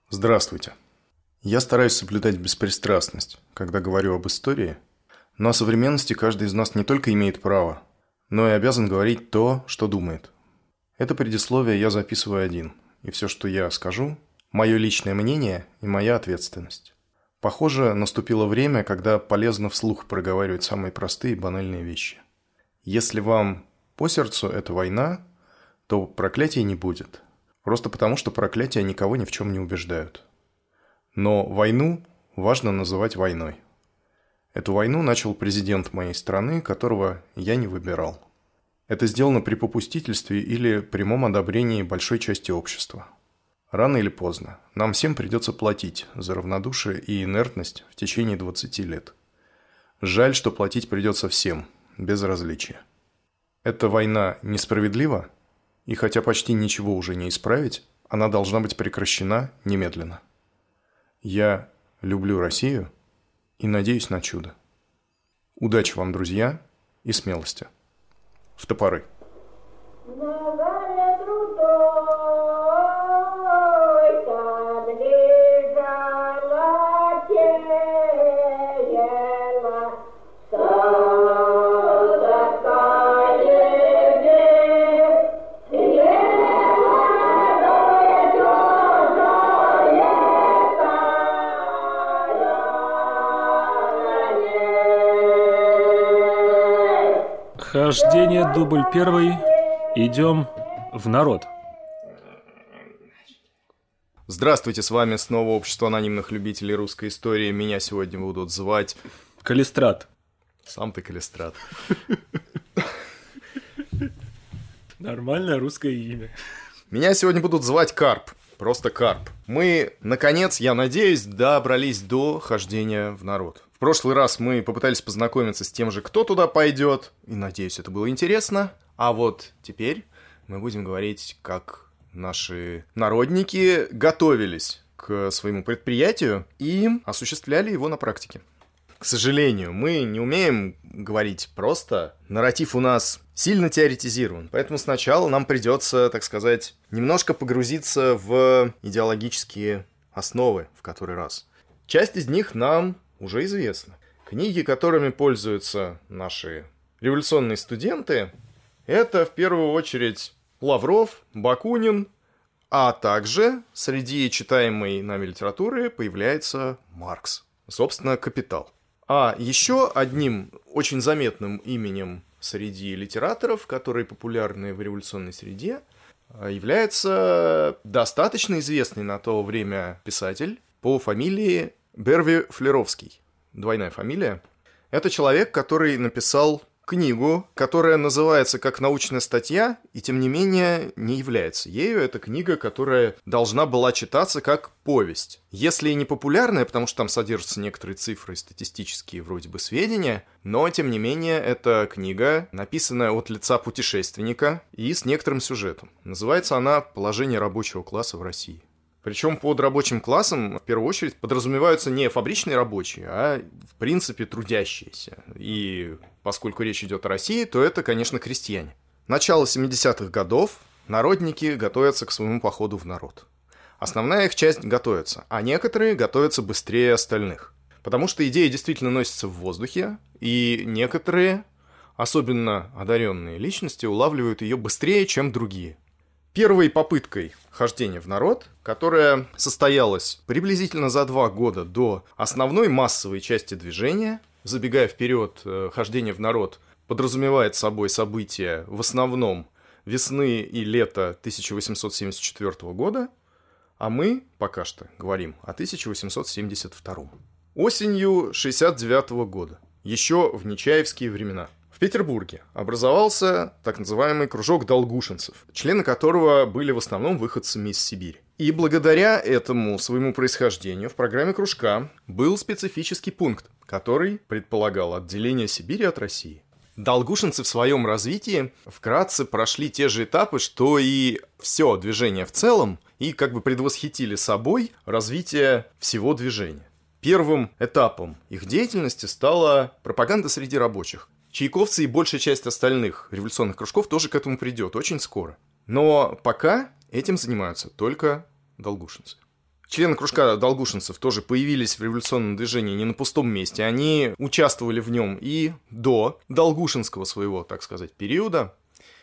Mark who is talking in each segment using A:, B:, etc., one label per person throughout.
A: Здравствуйте. Я стараюсь соблюдать беспристрастность, когда говорю об истории, но о современности каждый из нас не только имеет право, но и обязан говорить то, что думает. Это предисловие я записываю один, и все, что я скажу, мое личное мнение и моя ответственность. Похоже, наступило время, когда полезно вслух проговаривать самые простые и банальные вещи. Если вам по сердцу эта война, то проклятий не будет. Просто потому, что проклятия никого ни в чем не убеждают. Но войну важно называть войной. Эту войну начал президент моей страны, которого я не выбирал. Это сделано при попустительстве или прямом одобрении большой части общества. Рано или поздно нам всем придется платить за равнодушие и инертность в течение 20 лет. Жаль, что платить придется всем, без различия. Эта война несправедлива, и хотя почти ничего уже не исправить, она должна быть прекращена немедленно. Я люблю Россию и надеюсь на чудо. Удачи вам, друзья, и смелости. В топоры.
B: Хождение, дубль первый. Идем в народ.
A: Здравствуйте, с вами снова Общество анонимных любителей русской истории. Меня сегодня будут звать...
B: Калистрат.
A: Сам ты Калистрат.
B: Нормальное русское имя.
A: Меня сегодня будут звать Карп. Просто Карп. Мы, наконец, я надеюсь, добрались до хождения в народ. В прошлый раз мы попытались познакомиться с тем же, кто туда пойдет, и, надеюсь, это было интересно. А вот теперь мы будем говорить, как наши народники готовились к своему предприятию и осуществляли его на практике. К сожалению, мы не умеем говорить просто. Нарратив у нас сильно теоретизирован, поэтому сначала нам придется, так сказать, немножко погрузиться в идеологические основы в который раз. Часть из них нам уже известна. Книги, которыми пользуются наши революционные студенты, это в первую очередь Лавров, Бакунин, а также среди читаемой нами литературы появляется Маркс, собственно, «Капитал». А еще одним очень заметным именем среди литераторов, которые популярны в революционной среде, является достаточно известный на то время писатель по фамилии Берви-Флеровский. Двойная фамилия. Это человек, который написал книгу, которая называется как научная статья, и тем не менее не является ею. Это книга, которая должна была читаться как повесть. Если и не популярная, потому что там содержатся некоторые цифры, статистические вроде бы сведения, но тем не менее это книга, написанная от лица путешественника и с некоторым сюжетом. Называется она «Положение рабочего класса в России». Причем под рабочим классом в первую очередь подразумеваются не фабричные рабочие, а в принципе трудящиеся. И поскольку речь идет о России, то это, конечно, крестьяне. Начало 70-х годов народники готовятся к своему походу в народ. Основная их часть готовится, а некоторые готовятся быстрее остальных. Потому что идея действительно носится в воздухе, и некоторые, особенно одаренные личности, улавливают ее быстрее, чем другие. Первой попыткой хождения в народ, которая состоялась приблизительно за 2 года до основной массовой части движения, забегая вперед, хождение в народ подразумевает собой события в основном весны и лета 1874 года, а мы пока что говорим о 1872. Осенью 69 года, еще в нечаевские времена, в Петербурге образовался так называемый кружок долгушинцев, члены которого были в основном выходцами из Сибири. И благодаря этому своему происхождению в программе кружка был специфический пункт, который предполагал отделение Сибири от России. Долгушинцы в своем развитии вкратце прошли те же этапы, что и все движение в целом, и как бы предвосхитили собой развитие всего движения. Первым этапом их деятельности стала пропаганда среди рабочих. Чайковцы и большая часть остальных революционных кружков тоже к этому придет очень скоро. Но пока этим занимаются только долгушинцы. Члены кружка долгушинцев тоже появились в революционном движении не на пустом месте. Они участвовали в нем и до долгушинского своего, так сказать, периода.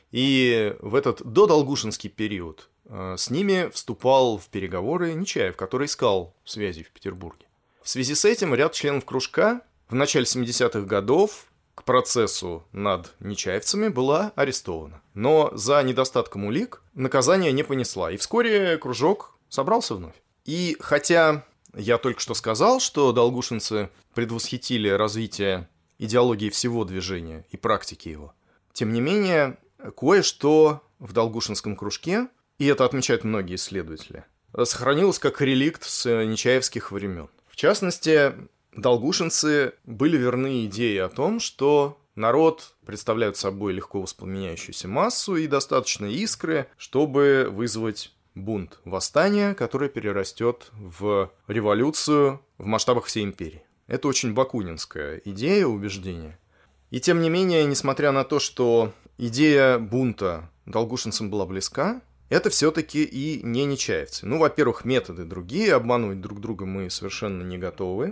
A: И в этот додолгушинский период с ними вступал в переговоры Нечаев, который искал связи в Петербурге. В связи с этим ряд членов кружка в начале 70-х годов к процессу над нечаевцами была арестована. Но за недостатком улик наказание не понесла, и вскоре кружок собрался вновь. И хотя я только что сказал, что долгушинцы предвосхитили развитие идеологии всего движения и практики его, тем не менее, кое-что в долгушинском кружке, и это отмечают многие исследователи, сохранилось как реликт с нечаевских времен. В частности, долгушинцы были верны идее о том, что народ представляет собой легко воспламеняющуюся массу и достаточно искры, чтобы вызвать бунт, восстание, которое перерастет в революцию в масштабах всей империи. Это очень бакунинская идея, убеждение. И тем не менее, несмотря на то, что идея бунта долгушинцам была близка, это все-таки и не нечаевцы. Ну, во-первых, методы другие, обманывать друг друга мы совершенно не готовы,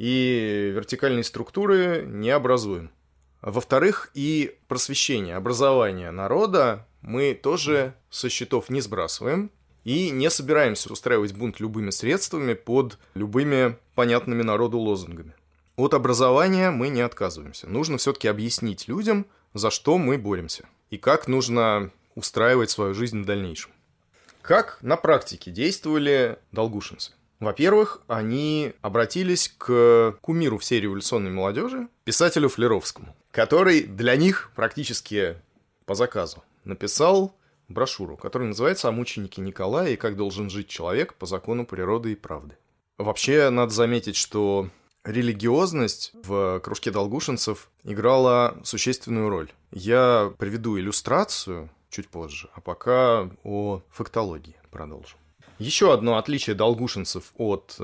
A: и вертикальные структуры не образуем. Во-вторых, и просвещение, образование народа мы тоже со счетов не сбрасываем, и не собираемся устраивать бунт любыми средствами под любыми понятными народу лозунгами. От образования мы не отказываемся. Нужно все-таки объяснить людям, за что мы боремся, и как нужно устраивать свою жизнь в дальнейшем. Как на практике действовали долгушинцы? Во-первых, они обратились к кумиру всей революционной молодежи, писателю Флеровскому, который для них практически по заказу написал брошюру, которая называется «О мученике Николая и как должен жить человек по закону природы и правды». Вообще, надо заметить, что религиозность в кружке долгушинцев играла существенную роль. Я приведу иллюстрацию чуть позже, а пока о фактологии продолжим. Еще одно отличие долгушинцев от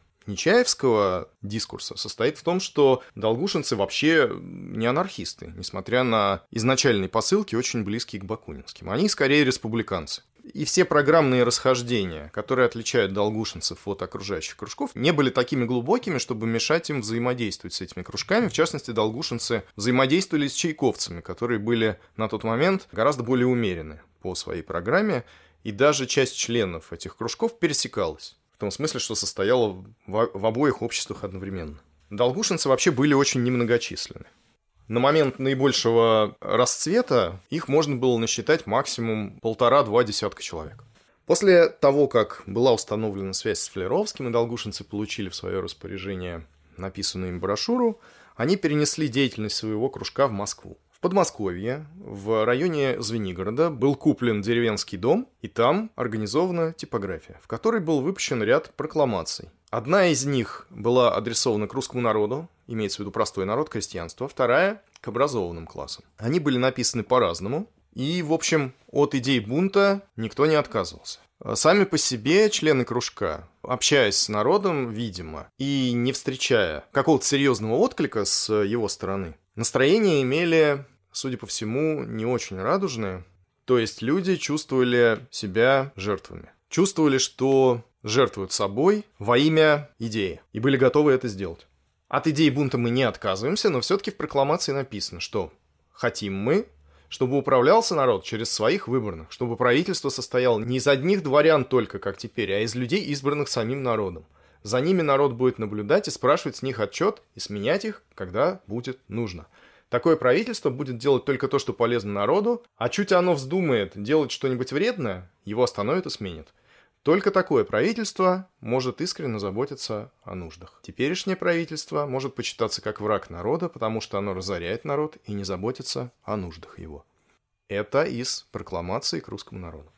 A: нечаевского дискурса состоит в том, что долгушинцы вообще не анархисты, несмотря на изначальные посылки, очень близкие к бакунинским. Они скорее республиканцы. И все программные расхождения, которые отличают долгушинцев от окружающих кружков, не были такими глубокими, чтобы мешать им взаимодействовать с этими кружками. В частности, долгушинцы взаимодействовали с чайковцами, которые были на тот момент гораздо более умерены по своей программе, и даже часть членов этих кружков пересекалась. В том смысле, что состояла в обоих обществах одновременно. Долгушинцы вообще были очень немногочисленны. На момент наибольшего расцвета их можно было насчитать максимум 1,5-2 десятка человек. После того, как была установлена связь с Флеровским, и долгушинцы получили в свое распоряжение написанную им брошюру, они перенесли деятельность своего кружка в Москву. В Подмосковье, в районе Звенигорода, был куплен деревенский дом, и там организована типография, в которой был выпущен ряд прокламаций. Одна из них была адресована к русскому народу, имеется в виду простой народ, крестьянство, вторая — к образованным классам. Они были написаны по-разному, и, в общем, от идей бунта никто не отказывался. Сами по себе члены кружка, общаясь с народом, видимо, и не встречая какого-то серьезного отклика с его стороны, настроение имели, судя по всему, не очень радужное. То есть люди чувствовали себя жертвами. Чувствовали, что жертвуют собой во имя идеи, и были готовы это сделать. От идеи бунта мы не отказываемся, но все-таки в прокламации написано, что хотим мы, чтобы управлялся народ через своих выборных, чтобы правительство состояло не из одних дворян только, как теперь, а из людей, избранных самим народом. За ними народ будет наблюдать и спрашивать с них отчет, и сменять их, когда будет нужно. Такое правительство будет делать только то, что полезно народу, а чуть оно вздумает делать что-нибудь вредное, его остановят и сменят. Только такое правительство может искренне заботиться о нуждах. Теперешнее правительство может почитаться как враг народа, потому что оно разоряет народ и не заботится о нуждах его. Это из прокламации к русскому народу.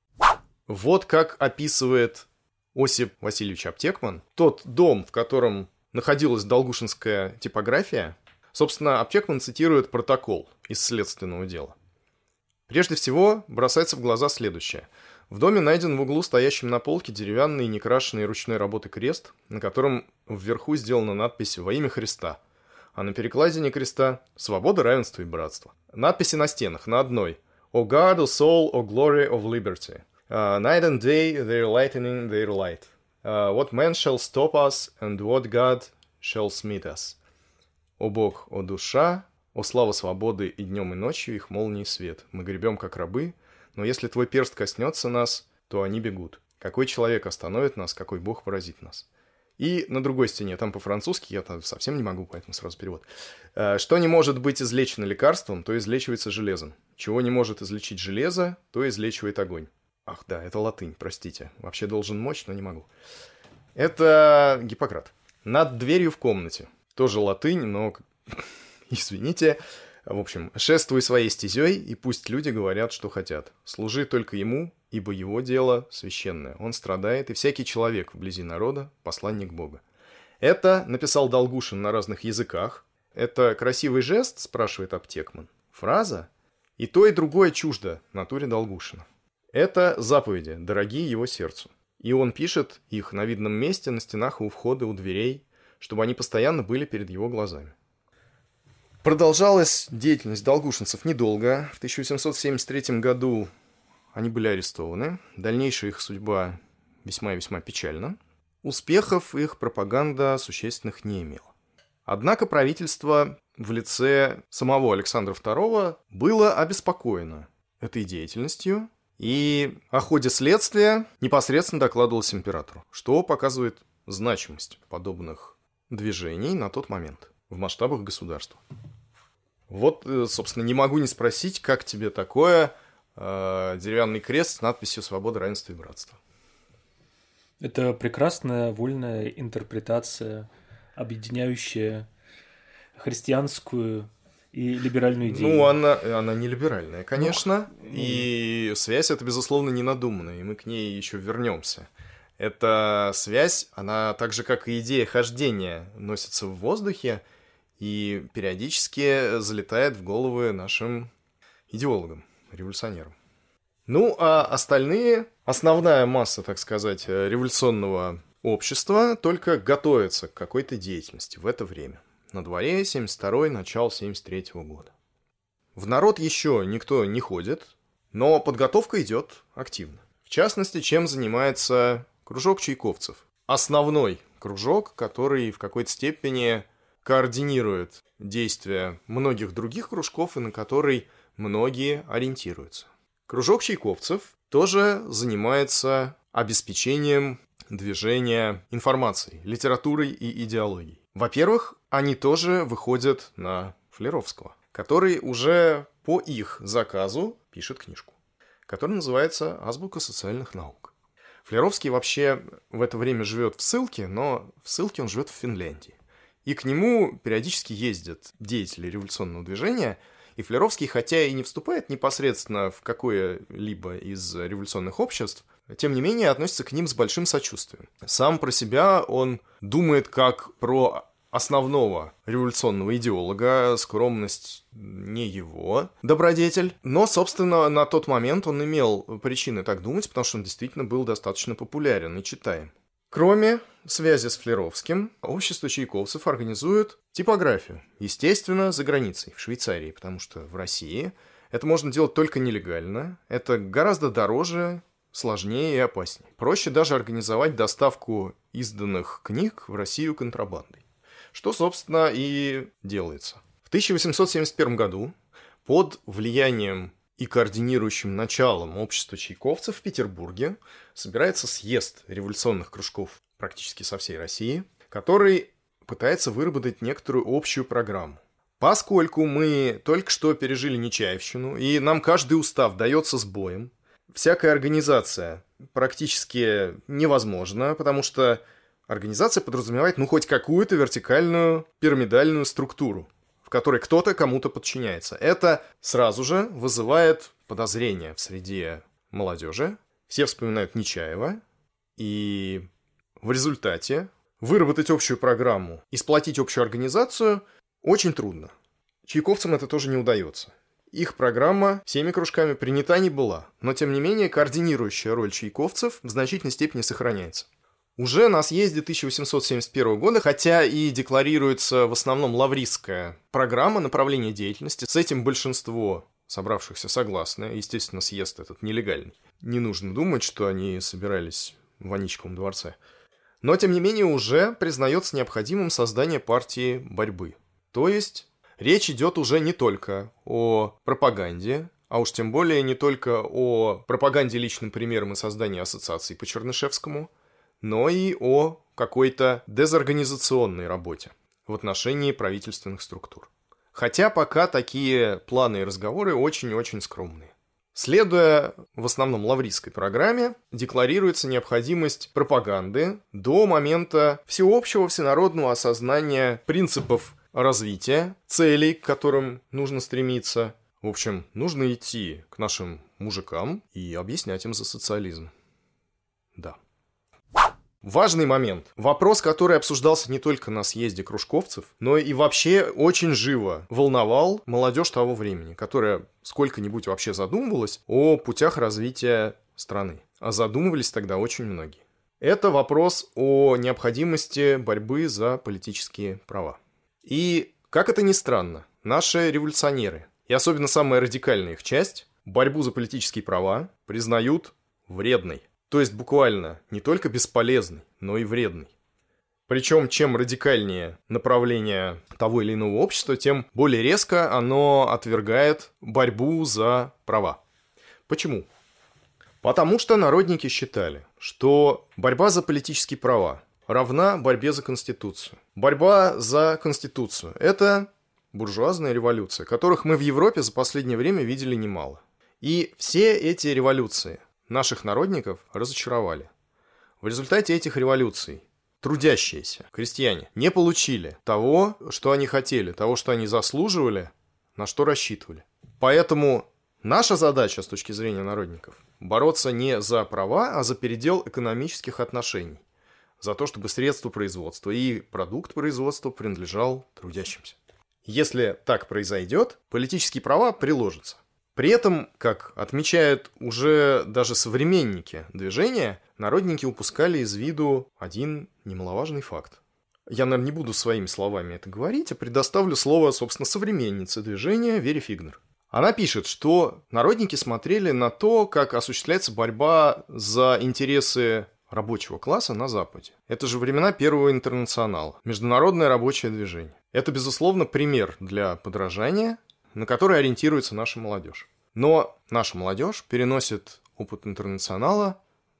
A: Вот как описывает Осип Васильевич Аптекман тот дом, в котором находилась долгушинская типография. Собственно, Аптекман цитирует протокол из следственного дела. Прежде всего, бросается в глаза следующее. В доме найден в углу, стоящем на полке, деревянный некрашенный ручной работы крест, на котором вверху сделана надпись «Во имя Христа», а на перекладине креста «Свобода, равенство и братство». Надписи на стенах. На одной «O God, O soul, O glory of liberty. Night and day they're lightening their light». What man shall stop us, and what God shall smite us. О Бог, о душа, о слава свободы, и днем и ночью их молнии свет. Мы гребем, как рабы, но если твой перст коснется нас, то они бегут. Какой человек остановит нас, какой Бог поразит нас. И на другой стене, там по-французски, я там совсем не могу, поэтому сразу перевод. Что не может быть излечено лекарством, то излечивается железом. Чего не может излечить железо, то излечивает огонь. Ах да, это латынь, простите. Вообще должен мочь, но не могу. Это Гиппократ. Над дверью в комнате. Тоже латынь, но, извините. В общем, шествуй своей стезей, и пусть люди говорят, что хотят. Служи только ему, ибо его дело священное. Он страдает, и всякий человек вблизи народа – посланник Бога. Это написал Долгушин на разных языках. Это красивый жест, спрашивает Аптекман. Фраза? И то, и другое чуждо натуре Долгушина. Это заповеди, дорогие его сердцу. И он пишет их на видном месте, на стенах у входа, у дверей, чтобы они постоянно были перед его глазами. Продолжалась деятельность долгушинцев недолго. В 1773 году они были арестованы. Дальнейшая их судьба весьма и весьма печальна. Успехов их пропаганда существенных не имела. Однако правительство в лице самого Александра II было обеспокоено этой деятельностью, и о ходе следствия непосредственно докладывалось императору, что показывает значимость подобных движений на тот момент в масштабах государства. Вот, собственно, не могу не спросить, как тебе такое деревянный крест с надписью «Свобода, равенство и братство».
B: Это прекрасная вольная интерпретация, объединяющая христианскую и либеральную идею.
A: Ну, она не либеральная, конечно, и связь эта, безусловно, не надуманная, и мы к ней еще вернемся. Эта связь, она так же, как и идея хождения, носится в воздухе и периодически залетает в головы нашим идеологам, революционерам. Ну, а остальные, основная масса, так сказать, революционного общества только готовится к какой-то деятельности в это время. На дворе 72-й, начало 73-го года. В народ еще никто не ходит, но подготовка идет активно. В частности, чем занимается кружок чайковцев. Основной кружок, который в какой-то степени координирует действия многих других кружков и на который многие ориентируются. Кружок чайковцев тоже занимается обеспечением движения информацией, литературой и идеологией. Во-первых, они тоже выходят на Флеровского, который уже по их заказу пишет книжку, которая называется «Азбука социальных наук». Флеровский вообще в это время живет в ссылке, но в ссылке он живет в Финляндии. И к нему периодически ездят деятели революционного движения, и Флеровский, хотя и не вступает непосредственно в какое-либо из революционных обществ, тем не менее относится к ним с большим сочувствием. Сам про себя он думает как про основного революционного идеолога, скромность не его добродетель. Но, собственно, на тот момент он имел причины так думать, потому что он действительно был достаточно популярен и читаем. Кроме связи с Флеровским, общество чайковцев организует типографию. Естественно, за границей, в Швейцарии, потому что в России это можно делать только нелегально. Это гораздо дороже, сложнее и опаснее. Проще даже организовать доставку изданных книг в Россию контрабандой. Что, собственно, и делается. В 1871 году под влиянием и координирующим началом общества чайковцев в Петербурге собирается съезд революционных кружков практически со всей России, который пытается выработать некоторую общую программу. Поскольку мы только что пережили Нечаевщину, и нам каждый устав дается с боем, всякая организация практически невозможна, потому что организация подразумевает, хоть какую-то вертикальную пирамидальную структуру, в которой кто-то кому-то подчиняется. Это сразу же вызывает подозрения в среде молодежи. Все вспоминают Нечаева, и в результате выработать общую программу и сплотить общую организацию очень трудно. Чайковцам это тоже не удается. Их программа всеми кружками принята не была, но тем не менее координирующая роль чайковцев в значительной степени сохраняется. Уже на съезде 1871 года, хотя и декларируется в основном лавристская программа направления деятельности, с этим большинство собравшихся согласны, естественно, съезд этот нелегальный. Не нужно думать, что они собирались в Аничковом дворце. Но, тем не менее, уже признается необходимым создание партии борьбы. То есть, речь идет уже не только о пропаганде, а уж тем более не только о пропаганде личным примером и создании ассоциаций по Чернышевскому, но и о какой-то дезорганизационной работе в отношении правительственных структур. Хотя пока такие планы и разговоры очень-очень скромные. Следуя в основном лавристской программе, декларируется необходимость пропаганды до момента всеобщего всенародного осознания принципов развития, целей, к которым нужно стремиться. В общем, нужно идти к нашим мужикам и объяснять им за социализм. Да. Важный момент. Вопрос, который обсуждался не только на съезде кружковцев, но и вообще очень живо волновал молодежь того времени, которая сколько-нибудь вообще задумывалась о путях развития страны. А задумывались тогда очень многие. Это вопрос о необходимости борьбы за политические права. И, как это ни странно, наши революционеры, и особенно самая радикальная их часть, борьбу за политические права признают вредной. То есть буквально не только бесполезный, но и вредный. Причем, чем радикальнее направление того или иного общества, тем более резко оно отвергает борьбу за права. Почему? Потому что народники считали, что борьба за политические права равна борьбе за Конституцию. Борьба за Конституцию – это буржуазная революция, которых мы в Европе за последнее время видели немало. И все эти революции наших народников разочаровали. В результате этих революций трудящиеся крестьяне не получили того, что они хотели, того, что они заслуживали, на что рассчитывали. Поэтому наша задача с точки зрения народников – бороться не за права, а за передел экономических отношений. За то, чтобы средства производства и продукт производства принадлежал трудящимся. Если так произойдет, политические права приложатся. При этом, как отмечают уже даже современники движения, народники упускали из виду один немаловажный факт. Я, наверное, не буду своими словами это говорить, а предоставлю слово, собственно, современнице движения Вере Фигнер. Она пишет, что народники смотрели на то, как осуществляется борьба за интересы рабочего класса на Западе. Это же времена Первого интернационала, международное рабочее движение. Это, безусловно, пример для подражания, на который ориентируется наша молодежь. Но наша молодежь переносит опыт интернационала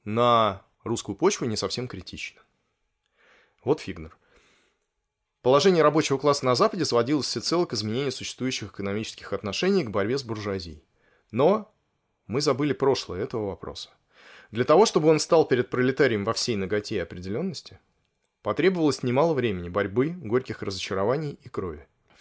A: на русскую почву не совсем критично. Вот Фигнер. Положение рабочего класса на Западе сводилось всецело к изменению существующих экономических отношений к борьбе с буржуазией. Но мы забыли прошлое этого вопроса. Для того, чтобы он стал перед пролетарием во всей наготе и определенности, потребовалось немало времени, борьбы, горьких разочарований и крови. В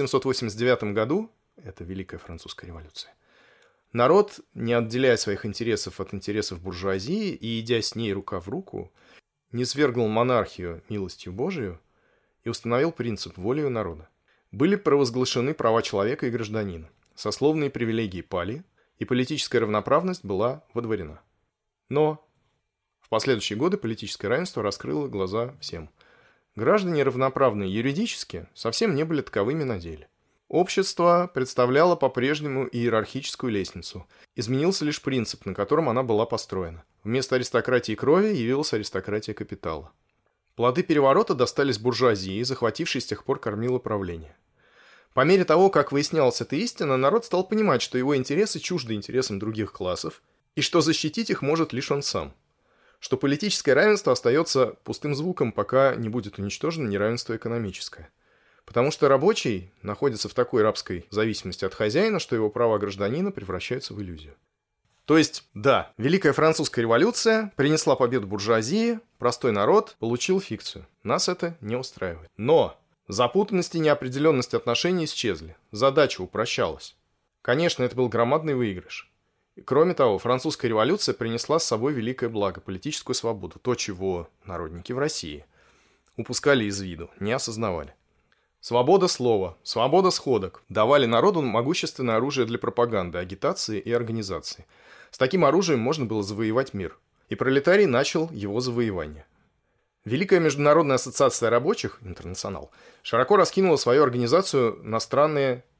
A: 1789 году, это Великая Французская революция, народ, не отделяя своих интересов от интересов буржуазии и идя с ней рука в руку, низвергнул монархию милостью Божию и установил принцип волею народа. Были провозглашены права человека и гражданина, сословные привилегии пали, и политическая равноправность была водворена. Но в последующие годы политическое равенство раскрыло глаза всем. Граждане, равноправные юридически, совсем не были таковыми на деле. Общество представляло по-прежнему иерархическую лестницу. Изменился лишь принцип, на котором она была построена. Вместо аристократии крови явилась аристократия капитала. Плоды переворота достались буржуазии, захватившей с тех пор кормило правление. По мере того, как выяснялась эта истина, народ стал понимать, что его интересы чужды интересам других классов, и что защитить их может лишь он сам. Что политическое равенство остается пустым звуком, пока не будет уничтожено неравенство экономическое. Потому что рабочий находится в такой рабской зависимости от хозяина, что его права гражданина превращаются в иллюзию. То есть, да, Великая Французская революция принесла победу буржуазии, простой народ получил фикцию. Нас это не устраивает. Но запутанность и неопределенность отношений исчезли. Задача упрощалась. Конечно, это был громадный выигрыш. И, кроме того, Французская революция принесла с собой великое благо, политическую свободу. То, чего народники в России упускали из виду, не осознавали. Свобода слова, свобода сходок давали народу могущественное оружие для пропаганды, агитации и организации. С таким оружием можно было завоевать мир. И пролетарий начал его завоевание. Великая международная ассоциация рабочих, Интернационал, широко раскинула свою организацию на страны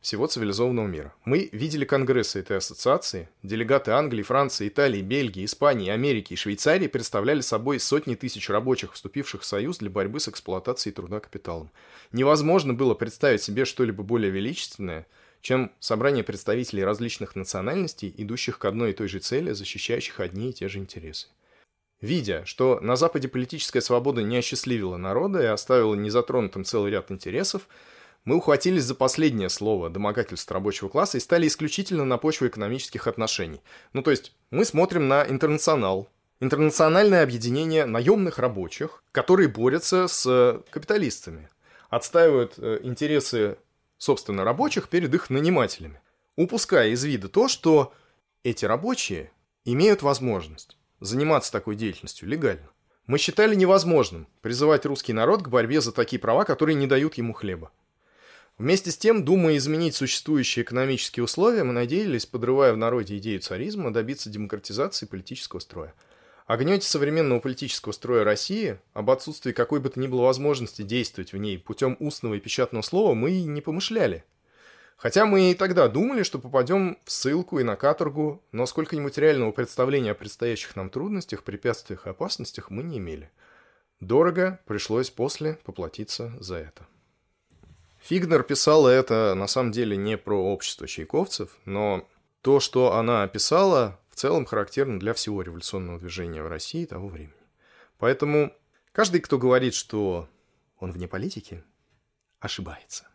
A: всего цивилизованного мира. Мы видели конгрессы этой ассоциации. Делегаты Англии, Франции, Италии, Бельгии, Испании, Америки и Швейцарии представляли собой сотни тысяч рабочих, вступивших в союз для борьбы с эксплуатацией труда капиталом. Невозможно было представить себе что-либо более величественное, чем собрание представителей различных национальностей, идущих к одной и той же цели, защищающих одни и те же интересы. Видя, что на Западе политическая свобода не осчастливила народа и оставила незатронутым целый ряд интересов, мы ухватились за последнее слово домогательств рабочего класса и стали исключительно на почве экономических отношений. То есть мы смотрим на интернационал, интернациональное объединение наемных рабочих, которые борются с капиталистами, отстаивают интересы, собственно, рабочих перед их нанимателями, упуская из вида то, что эти рабочие имеют возможность заниматься такой деятельностью легально. Мы считали невозможным призывать русский народ к борьбе за такие права, которые не дают ему хлеба. Вместе с тем, думая изменить существующие экономические условия, мы надеялись, подрывая в народе идею царизма, добиться демократизации политического строя. О гнете современного политического строя России, об отсутствии какой бы то ни было возможности действовать в ней путем устного и печатного слова мы и не помышляли. Хотя мы и тогда думали, что попадем в ссылку и на каторгу, но сколько-нибудь реального представления о предстоящих нам трудностях, препятствиях и опасностях мы не имели. Дорого пришлось после поплатиться за это. Фигнер писала это на самом деле не про общество чайковцев, но то, что она описала, в целом характерно для всего революционного движения в России того времени. Поэтому каждый, кто говорит, что он вне политики, ошибается.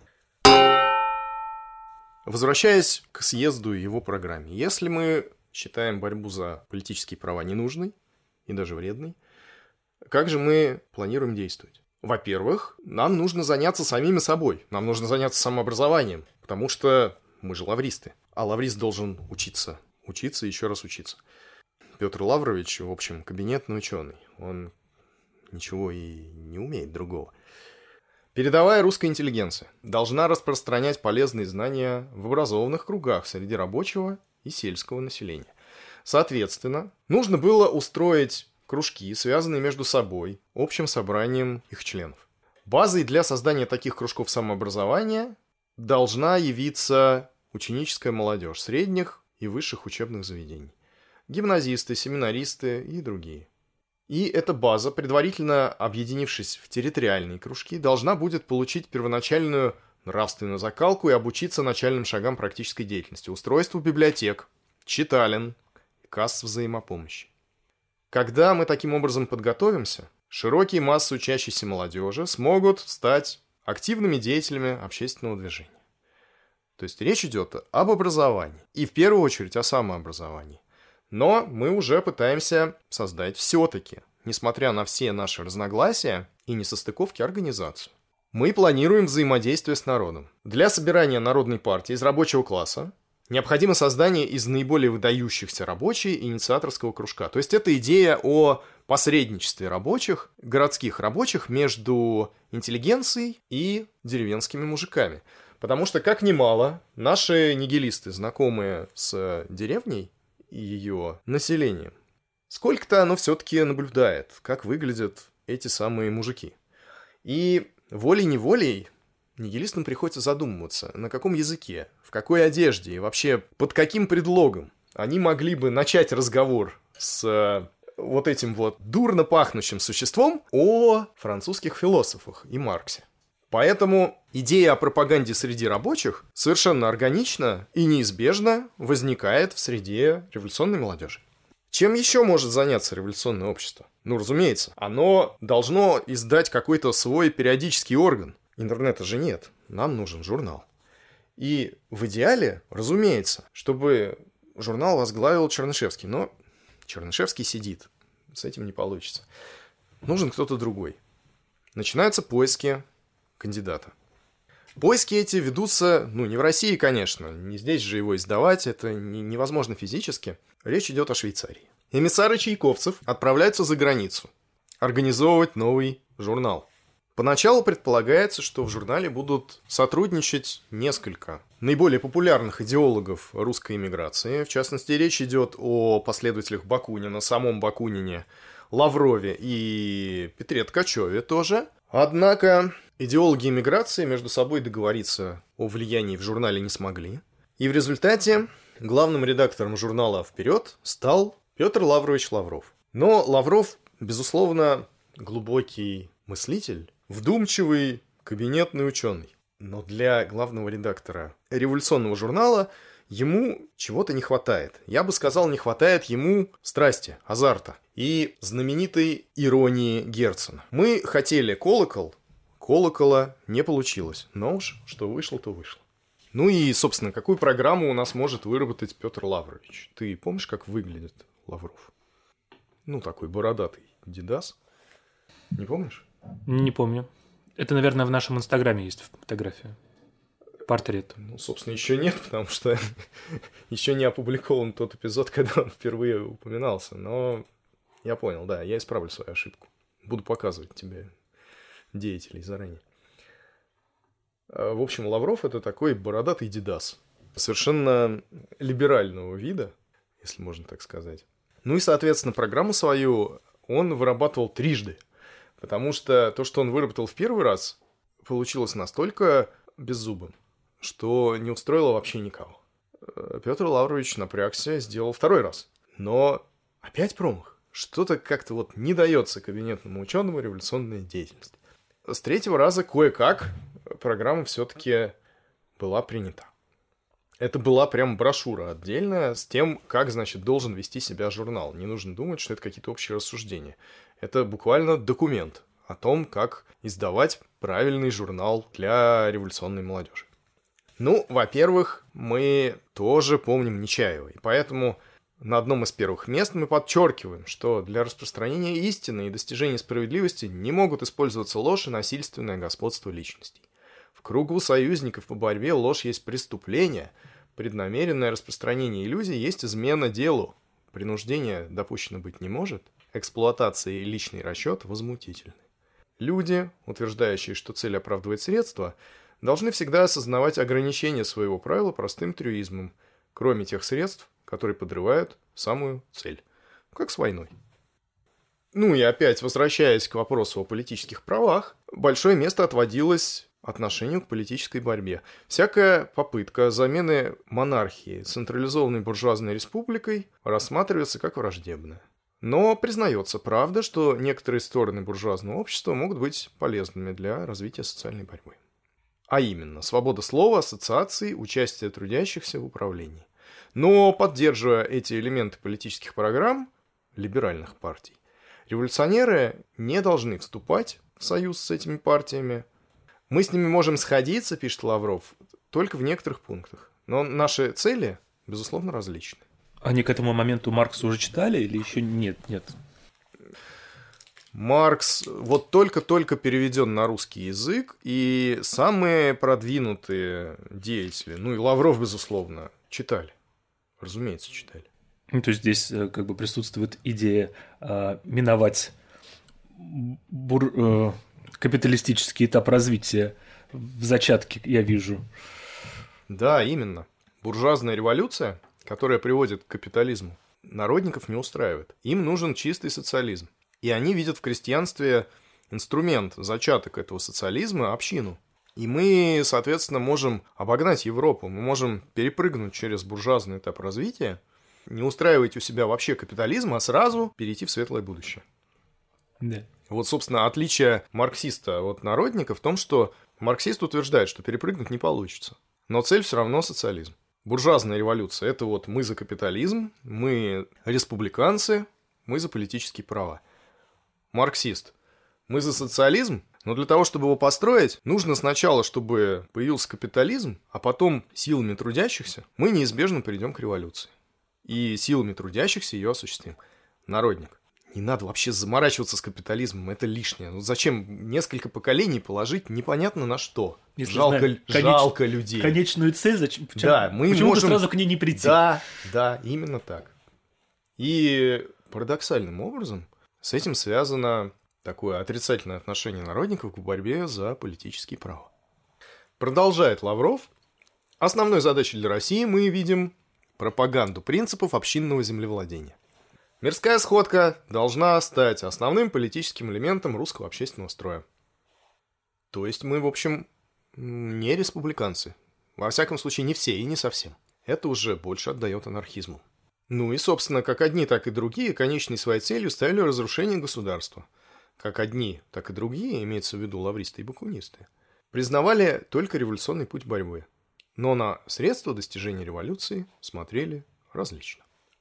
A: Возвращаясь к съезду и его программе. Если мы считаем борьбу за политические права ненужной и даже вредной, как же мы планируем действовать? Во-первых, нам нужно заняться самими собой. Нам нужно заняться самообразованием, потому что мы же лавристы. А лаврист должен учиться и еще раз учиться. Петр Лаврович, в общем, кабинетный ученый. Он ничего и не умеет другого. Передовая русская интеллигенция должна распространять полезные знания в образованных кругах среди рабочего и сельского населения. Соответственно, нужно было устроить кружки, связанные между собой общим собранием их членов. Базой для создания таких кружков самообразования должна явиться ученическая молодежь средних и высших учебных заведений. Гимназисты, семинаристы и другие. И эта база, предварительно объединившись в территориальные кружки, должна будет получить первоначальную нравственную закалку и обучиться начальным шагам практической деятельности, устройству библиотек, читален, касс взаимопомощи. Когда мы таким образом подготовимся, широкие массы учащейся молодежи смогут стать активными деятелями общественного движения. То есть речь идет об образовании и в первую очередь о самообразовании. Но мы уже пытаемся создать все-таки, несмотря на все наши разногласия и несостыковки, организацию. Мы планируем взаимодействие с народом. Для собирания народной партии из рабочего класса необходимо создание из наиболее выдающихся рабочих инициаторского кружка. То есть это идея о посредничестве рабочих, городских рабочих между интеллигенцией и деревенскими мужиками. Потому что, как немало, наши нигилисты, знакомые с деревней и ее населением, сколько-то оно все-таки наблюдает, как выглядят эти самые мужики. И волей-неволей нигилистам приходится задумываться, на каком языке, в какой одежде и вообще под каким предлогом они могли бы начать разговор с вот этим вот дурно пахнущим существом о французских философах и Марксе. Поэтому идея о пропаганде среди рабочих совершенно органично и неизбежно возникает в среде революционной молодежи. Чем еще может заняться революционное общество? Разумеется, оно должно издать какой-то свой периодический орган. Интернета же нет, нам нужен журнал. И в идеале, разумеется, чтобы журнал возглавил Чернышевский. Но Чернышевский сидит, с этим не получится. Нужен кто-то другой. Начинаются поиски кандидата. Поиски эти ведутся, не в России, конечно, не здесь же его издавать, это невозможно физически. Речь идет о Швейцарии. Эмиссары чайковцев отправляются за границу организовывать новый журнал. Поначалу предполагается, что в журнале будут сотрудничать несколько наиболее популярных идеологов русской эмиграции. В частности, речь идет о последователях Бакунина, самом Бакунине, Лаврове и Петре Ткачеве тоже. Однако Идеологи эмиграции между собой договориться о влиянии в журнале не смогли. И в результате главным редактором журнала «Вперед» стал Петр Лаврович Лавров. Но Лавров, безусловно, глубокий мыслитель, вдумчивый кабинетный ученый. Но для главного редактора революционного журнала ему чего-то не хватает. Я бы сказал, не хватает ему страсти, азарта и знаменитой иронии Герцена. Мы хотели колокола не получилось. Но уж что вышло, то вышло. Ну и, собственно, какую программу у нас может выработать Петр Лаврович? Ты помнишь, как выглядит Лавров? Ну, такой бородатый дедас. Не помнишь?
B: Не помню. Это, наверное, в нашем инстаграме есть фотография. Портрет.
A: Ну, собственно, еще нет, потому что еще не опубликован тот эпизод, когда он впервые упоминался. Но я понял, да, я исправлю свою ошибку. Буду показывать тебе деятелей заранее. В общем, Лавров — это такой бородатый дедас. Совершенно либерального вида, если можно так сказать. Ну и, соответственно, программу свою он вырабатывал трижды. Потому что то, что он выработал в первый раз, получилось настолько беззубым, что не устроило вообще никого. Петр Лаврович напрягся, сделал второй раз. Но опять промах. Что-то как-то вот не дается кабинетному ученому революционная деятельность. С третьего раза кое-как программа все-таки была принята. Это была прям брошюра отдельная с тем, как, значит, должен вести себя журнал. Не нужно думать, что это какие-то общие рассуждения. Это буквально документ о том, как издавать правильный журнал для революционной молодежи. Ну, во-первых, мы тоже помним Нечаева, и поэтому на одном из первых мест мы подчеркиваем, что для распространения истины и достижения справедливости не могут использоваться ложь и насильственное господство личностей. В кругу союзников по борьбе ложь есть преступление, преднамеренное распространение иллюзий есть измена делу, принуждение допущено быть не может, эксплуатация и личный расчет возмутительны. Люди, утверждающие, что цель оправдывает средства, должны всегда осознавать ограничения своего правила простым трюизмом, кроме тех средств, которые подрывают самую цель, как с войной. Ну и опять, возвращаясь к вопросу о политических правах, большое место отводилось отношению к политической борьбе. Всякая попытка замены монархии централизованной буржуазной республикой рассматривается как враждебная. Но признается правда, что некоторые стороны буржуазного общества могут быть полезными для развития социальной борьбы. А именно, свобода слова, ассоциации, участие трудящихся в управлении. Но, поддерживая эти элементы политических программ либеральных партий, революционеры не должны вступать в союз с этими партиями. Мы с ними можем сходиться, пишет Лавров, только в некоторых пунктах. Но наши цели, безусловно, различны.
B: Они к этому моменту Маркса уже читали или еще нет?
A: Маркс вот только-только переведен на русский язык, и самые продвинутые деятели, ну и Лавров, безусловно, читали. Разумеется, читали.
B: Ну, то есть здесь как бы присутствует идея миновать капиталистический этап развития в зачатке, я вижу.
A: Да, именно. Буржуазная революция, которая приводит к капитализму, народников не устраивает. Им нужен чистый социализм. И они видят в крестьянстве инструмент, зачаток этого социализма, общину. И мы, соответственно, можем обогнать Европу, мы можем перепрыгнуть через буржуазный этап развития, не устраивать у себя вообще капитализм, а сразу перейти в светлое будущее.
B: Да.
A: Вот, собственно, отличие марксиста от народника в том, что марксист утверждает, что перепрыгнуть не получится. Но цель все равно социализм. Буржуазная революция – это вот мы за капитализм, мы республиканцы, мы за политические права. Марксист – мы за социализм, но для того, чтобы его построить, нужно сначала, чтобы появился капитализм, а потом силами трудящихся мы неизбежно придем к революции. И силами трудящихся ее осуществим. Народник. Не надо вообще заморачиваться с капитализмом, это лишнее. Ну зачем несколько поколений положить непонятно на что? Жалко людей.
B: Конечную цель зачем?
A: Да, мы
B: почему
A: можем...
B: сразу к ней не прийти?
A: Да, именно так. И парадоксальным образом с этим связано такое отрицательное отношение народников к борьбе за политические права. Продолжает Лавров. Основной задачей для России мы видим пропаганду принципов общинного землевладения. Мирская сходка должна стать основным политическим элементом русского общественного строя. То есть мы, в общем, не республиканцы. Во всяком случае, не все и не совсем. Это уже больше отдает анархизму. Ну и, собственно, как одни, так и другие конечной своей целью ставили разрушение государства. Как одни, так и другие, имеется в виду лавристы и бакунисты, признавали только революционный путь борьбы. Но на средства достижения революции смотрели различно.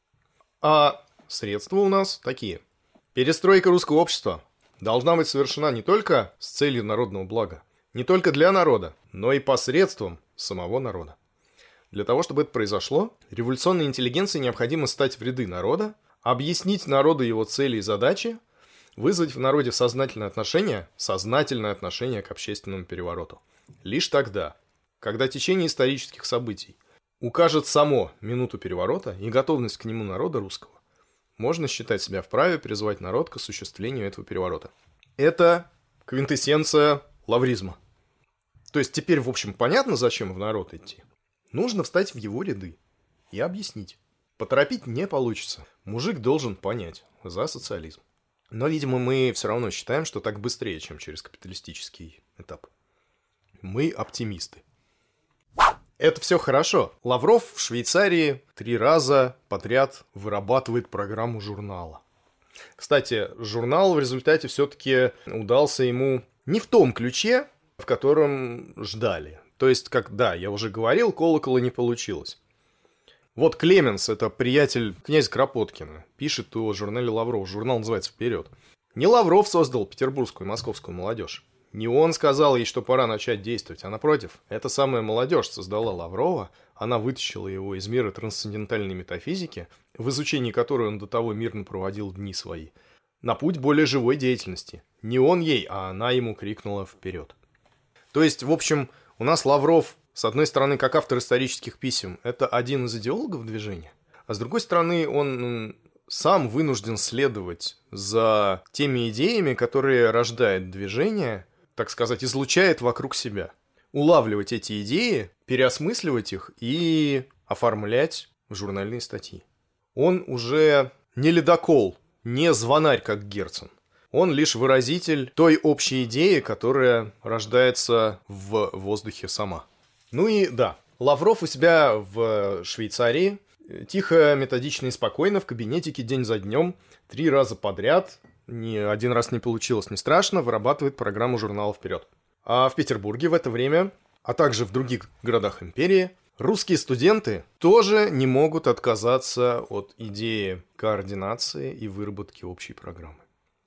A: А средства у нас такие. Перестройка русского общества должна быть совершена не только с целью народного блага, не только для народа, но и посредством самого народа. Для того, чтобы это произошло, революционной интеллигенции необходимо стать в ряды народа, объяснить народу его цели и задачи, вызвать в народе сознательное отношение к общественному перевороту. Лишь тогда, когда течение исторических событий укажет само минуту переворота и готовность к нему народа русского, можно считать себя вправе призвать народ к осуществлению этого переворота. Это квинтэссенция лавризма. То есть теперь, в общем, понятно, зачем в народ идти? Нужно встать в его ряды и объяснить. Поторопить не получится. Мужик должен понять. За социализм. Но, видимо, мы все равно считаем, что так быстрее, чем через капиталистический этап. Мы оптимисты. Это все хорошо. Лавров в Швейцарии 3 раза подряд вырабатывает программу журнала. Кстати, журнал в результате все-таки удался ему не в том ключе, в котором ждали. То есть, как, да, я уже говорил, колокола не получилось. Вот Клеменс, это приятель князя Кропоткина, пишет о журнале Лавров. Журнал называется «Вперед». Не Лавров создал петербургскую и московскую молодежь. Не он сказал ей, что пора начать действовать, а напротив, эта самая молодежь создала Лаврова, она вытащила его из мира трансцендентальной метафизики, в изучении которой он до того мирно проводил дни свои, на путь более живой деятельности. Не он ей, а она ему крикнула «Вперед». То есть, в общем, у нас Лавров, с одной стороны, как автор исторических писем, это один из идеологов движения, а с другой стороны, он сам вынужден следовать за теми идеями, которые рождает движение, так сказать, излучает вокруг себя. Улавливать эти идеи, переосмысливать их и оформлять в журнальные статьи. Он уже не ледокол, не звонарь, как Герцен. Он лишь выразитель той общей идеи, которая рождается в воздухе сама. Ну и да, Лавров у себя в Швейцарии тихо, методично и спокойно в кабинетике день за днем 3 раза подряд, ни один раз не получилось, не страшно, вырабатывает программу журнала «Вперед». А в Петербурге в это время, а также в других городах империи, русские студенты тоже не могут отказаться от идеи координации и выработки общей программы.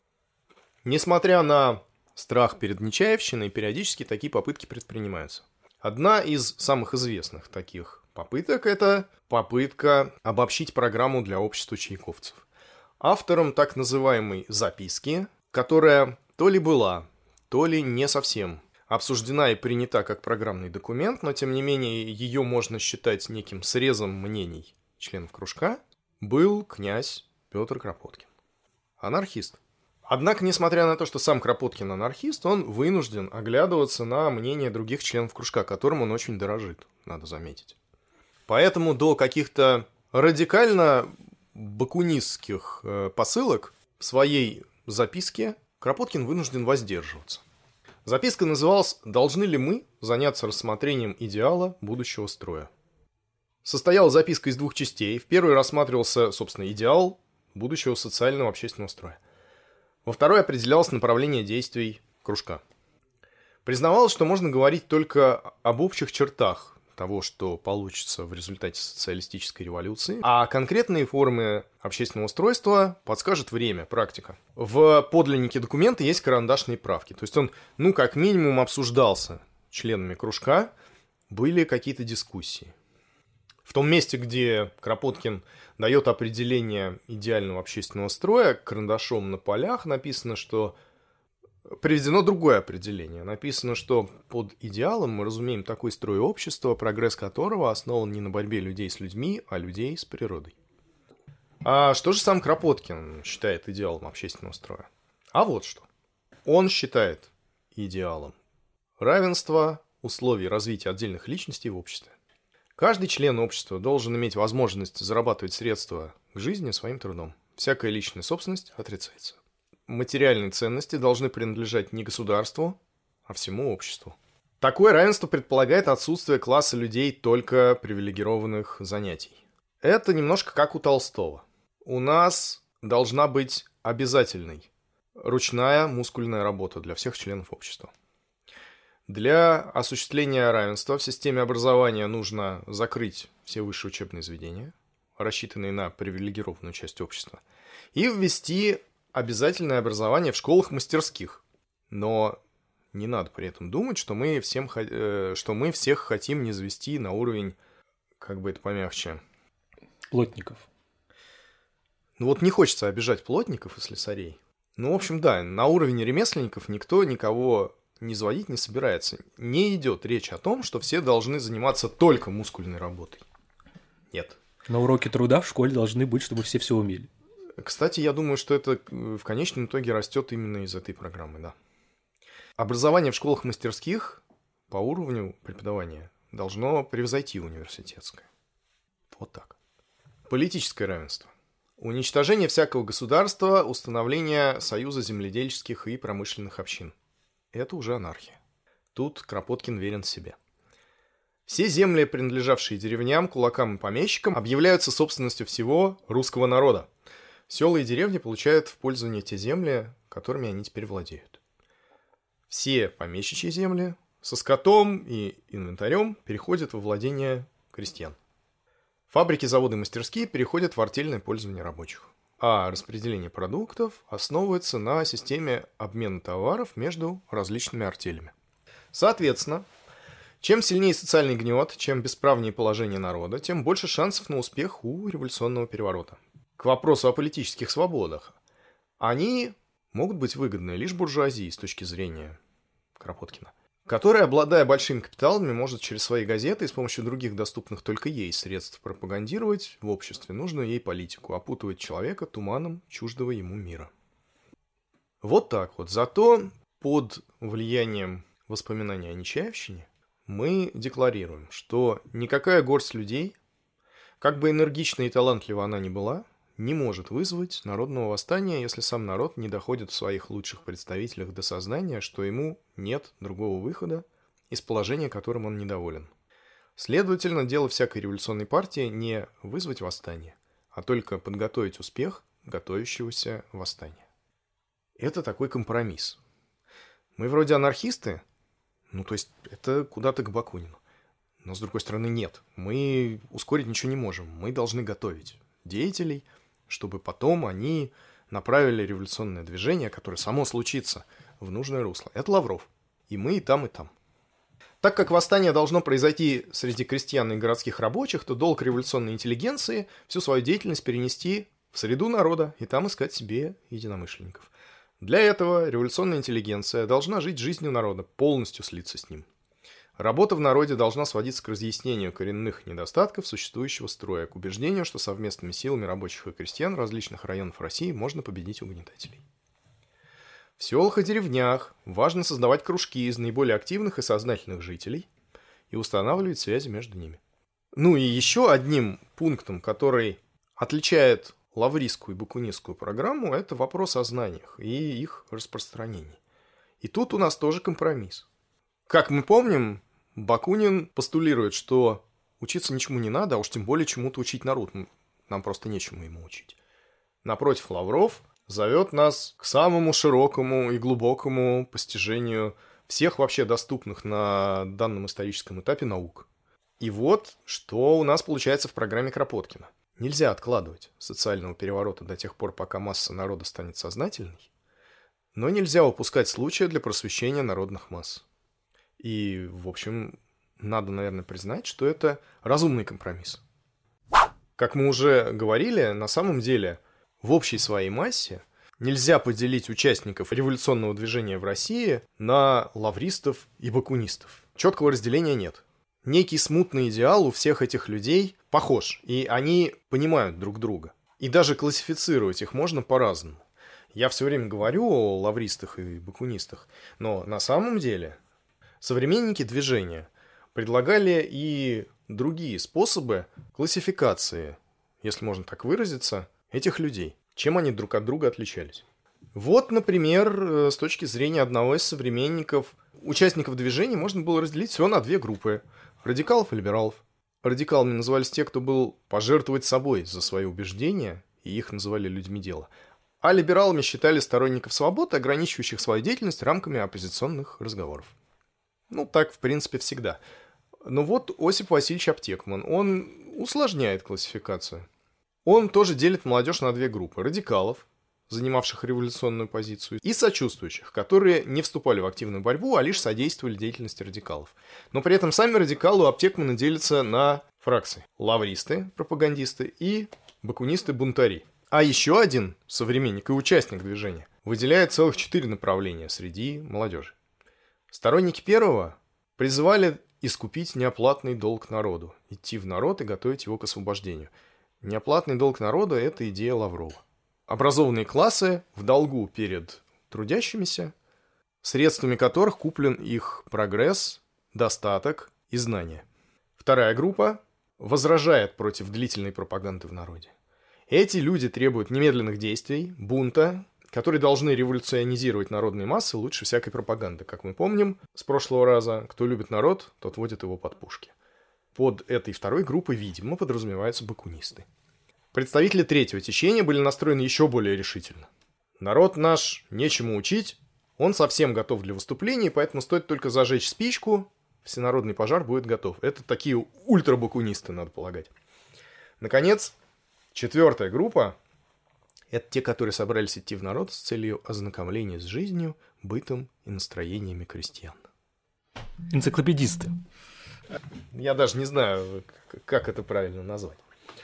A: Несмотря на страх перед Нечаевщиной, периодически такие попытки предпринимаются. Одна из самых известных таких попыток – это попытка обобщить программу для общества чайковцев. Автором так называемой «записки», которая то ли была, то ли не совсем обсуждена и принята как программный документ, но тем не менее ее можно считать неким срезом мнений членов кружка, был князь Петр Кропоткин. Анархист. Однако, несмотря на то, что сам Кропоткин анархист, он вынужден оглядываться на мнение других членов кружка, которым он очень дорожит, надо заметить. Поэтому до каких-то радикально бакунистских посылок в своей записке Кропоткин вынужден воздерживаться. Записка называлась «Должны ли мы заняться рассмотрением идеала будущего строя?». Состояла записка из 2 частей. В первой рассматривался, собственно, идеал будущего социального общественного строя. Во второй определялось направление действий кружка. Признавалось, что можно говорить только об общих чертах того, что получится в результате социалистической революции, а конкретные формы общественного устройства подскажет время, практика. В подлиннике документа есть карандашные правки, то есть он, как минимум обсуждался членами кружка, были какие-то дискуссии. В том месте, где Кропоткин дает определение идеального общественного строя, карандашом на полях написано, что приведено другое определение. Написано, что под идеалом мы разумеем такой строй общества, прогресс которого основан не на борьбе людей с людьми, а людей с природой. А что же сам Кропоткин считает идеалом общественного строя? А вот что. Он считает идеалом равенство условий развития отдельных личностей в обществе. Каждый член общества должен иметь возможность зарабатывать средства к жизни своим трудом. Всякая личная собственность отрицается. Материальные ценности должны принадлежать не государству, а всему обществу. Такое равенство предполагает отсутствие класса людей только привилегированных занятий. Это немножко как у Толстого. У нас должна быть обязательной ручная мускульная работа для всех членов общества. Для осуществления равенства в системе образования нужно закрыть все высшие учебные заведения, рассчитанные на привилегированную часть общества, и ввести обязательное образование в школах-мастерских. Но не надо при этом думать, что мы всех хотим низвести на уровень, как бы это помягче,
B: плотников.
A: Ну вот не хочется обижать плотников и слесарей. Ну, в общем, да, на уровне ремесленников никто никого низводить не собирается. Не идет речь о том, что все должны заниматься только мускульной работой. Нет.
B: Но уроки труда в школе должны быть, чтобы все умели.
A: Кстати, я думаю, что это в конечном итоге растет именно из этой программы, да. Образование в школах-мастерских по уровню преподавания должно превзойти университетское. Вот так. Политическое равенство. Уничтожение всякого государства, установление союза земледельческих и промышленных общин. Это уже анархия. Тут Кропоткин верен себе. Все земли, принадлежавшие деревням, кулакам и помещикам, объявляются собственностью всего русского народа. Села и деревни получают в пользование те земли, которыми они теперь владеют. Все помещичьи земли со скотом и инвентарем переходят во владение крестьян. Фабрики, заводы, мастерские переходят в артельное пользование рабочих. А распределение продуктов основывается на системе обмена товаров между различными артелями. Соответственно, чем сильнее социальный гнет, чем бесправнее положение народа, тем больше шансов на успех у революционного переворота. К вопросу о политических свободах. Они могут быть выгодны лишь буржуазии с точки зрения Кропоткина, которая, обладая большими капиталами, может через свои газеты и с помощью других доступных только ей средств пропагандировать в обществе нужную ей политику, опутывать человека туманом чуждого ему мира. Вот так вот. Зато под влиянием воспоминаний о Нечаевщине мы декларируем, что никакая горсть людей, как бы энергична и талантлива она ни была, не может вызвать народного восстания, если сам народ не доходит в своих лучших представителях до сознания, что ему нет другого выхода из положения, которым он недоволен. Следовательно, дело всякой революционной партии не вызвать восстание, а только подготовить успех готовящегося восстания. Это такой компромисс. Мы вроде анархисты, то есть это куда-то к Бакунину. Но, с другой стороны, нет. Мы ускорить ничего не можем. Мы должны готовить деятелей, чтобы потом они направили революционное движение, которое само случится, в нужное русло. Это Лавров. И мы и там, и там. Так как восстание должно произойти среди крестьян и городских рабочих, то долг революционной интеллигенции всю свою деятельность перенести в среду народа и там искать себе единомышленников. Для этого революционная интеллигенция должна жить жизнью народа, полностью слиться с ним. Работа в народе должна сводиться к разъяснению коренных недостатков существующего строя, к убеждению, что совместными силами рабочих и крестьян различных районов России можно победить угнетателей. В селах и деревнях важно создавать кружки из наиболее активных и сознательных жителей и устанавливать связи между ними. И еще одним пунктом, который отличает лавристскую и бакунистскую программу, это вопрос о знаниях и их распространении. И тут у нас тоже компромисс. Как мы помним, Бакунин постулирует, что учиться ничему не надо, а уж тем более чему-то учить народ. Нам просто нечему ему учить. Напротив, Лавров зовет нас к самому широкому и глубокому постижению всех вообще доступных на данном историческом этапе наук. И вот, что у нас получается в программе Кропоткина. Нельзя откладывать социального переворота до тех пор, пока масса народа станет сознательной, но нельзя упускать случая для просвещения народных масс. И, в общем, надо, наверное, признать, что это разумный компромисс. Как мы уже говорили, на самом деле, в общей своей массе нельзя поделить участников революционного движения в России на лавристов и бакунистов. Четкого разделения нет. Некий смутный идеал у всех этих людей похож, и они понимают друг друга. И даже классифицировать их можно по-разному. Я все время говорю о лавристах и бакунистах, но на самом деле современники движения предлагали и другие способы классификации, если можно так выразиться, этих людей. Чем они друг от друга отличались? Вот, например, с точки зрения одного из современников, участников движения можно было разделить всего на две группы – радикалов и либералов. Радикалами назывались те, кто был пожертвовать собой за свои убеждения, и их называли людьми дела. А либералами считали сторонников свободы, ограничивающих свою деятельность рамками оппозиционных разговоров. Ну, так, в принципе, всегда. Но вот Осип Васильевич Аптекман, он усложняет классификацию. Он тоже делит молодежь на две группы – радикалов, занимавших революционную позицию, и сочувствующих, которые не вступали в активную борьбу, а лишь содействовали деятельности радикалов. Но при этом сами радикалы у Аптекмана делятся на фракции. Лавристы, пропагандисты, и бакунисты-бунтари. А еще один современник и участник движения выделяет целых 4 направления среди молодежи. Сторонники первого призывали искупить неоплатный долг народу, идти в народ и готовить его к освобождению. Неоплатный долг народа – это идея Лаврова. Образованные классы в долгу перед трудящимися, средствами которых куплен их прогресс, достаток и знания. Вторая группа возражает против длительной пропаганды в народе. Эти люди требуют немедленных действий, бунта, которые должны революционизировать народные массы лучше всякой пропаганды. Как мы помним с прошлого раза, кто любит народ, тот водит его под пушки. Под этой второй группой, видимо, подразумеваются бакунисты. Представители третьего течения были настроены еще более решительно. Народ наш нечему учить, он совсем готов для выступлений, поэтому стоит только зажечь спичку, всенародный пожар будет готов. Это такие ультрабакунисты, надо полагать. Наконец, четвертая группа – это те, которые собрались идти в народ с целью ознакомления с жизнью, бытом и настроениями крестьян.
B: Энциклопедисты.
A: Я даже не знаю, как это правильно назвать.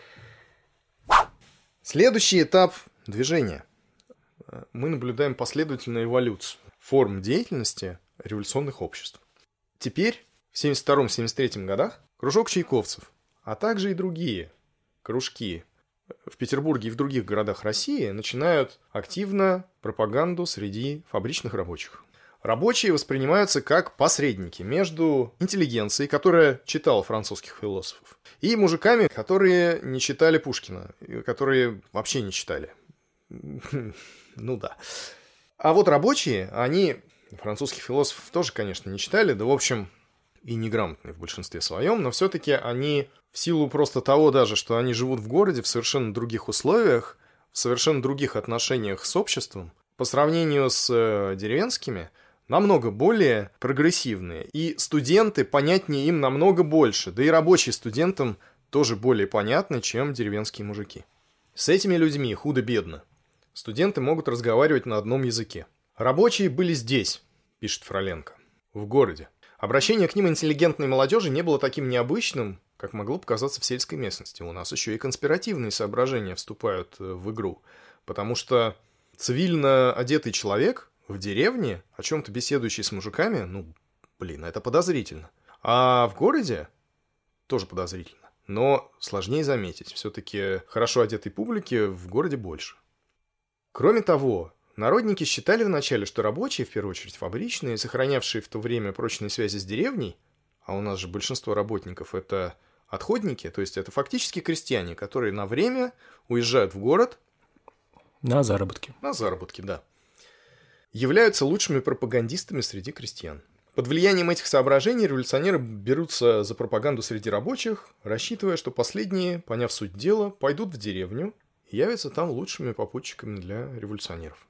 A: Следующий этап движения. Мы наблюдаем последовательную эволюцию форм деятельности революционных обществ. Теперь, в 1972-1973 годах, кружок чайковцев, а также и другие кружки в Петербурге и в других городах России начинают активно пропаганду среди фабричных рабочих. Рабочие воспринимаются как посредники между интеллигенцией, которая читала французских философов, и мужиками, которые не читали Пушкина, которые вообще не читали. Ну да. А вот рабочие, они французских философов тоже, конечно, не читали, да, в общем, и неграмотные в большинстве своем, но все-таки они, в силу просто того даже, что они живут в городе в совершенно других условиях, в совершенно других отношениях с обществом, по сравнению с деревенскими, намного более прогрессивные. И студенты понятнее им намного больше, да и рабочие студентам тоже более понятны, чем деревенские мужики. С этими людьми худо-бедно. Студенты могут разговаривать на одном языке. Рабочие были здесь, пишет Фроленко, в городе. Обращение к ним интеллигентной молодежи не было таким необычным, как могло показаться в сельской местности. У нас еще и конспиративные соображения вступают в игру, потому что цивильно одетый человек в деревне, о чем-то беседующий с мужиками, это подозрительно. А в городе тоже подозрительно. Но сложнее заметить. Все-таки хорошо одетой публики в городе больше. Кроме того, народники считали вначале, что рабочие, в первую очередь фабричные, сохранявшие в то время прочные связи с деревней, а у нас же большинство работников это отходники, то есть это фактически крестьяне, которые на время уезжают в город.
B: На заработки.
A: На заработки, да. Являются лучшими пропагандистами среди крестьян. Под влиянием этих соображений революционеры берутся за пропаганду среди рабочих, рассчитывая, что последние, поняв суть дела, пойдут в деревню и явятся там лучшими попутчиками для революционеров.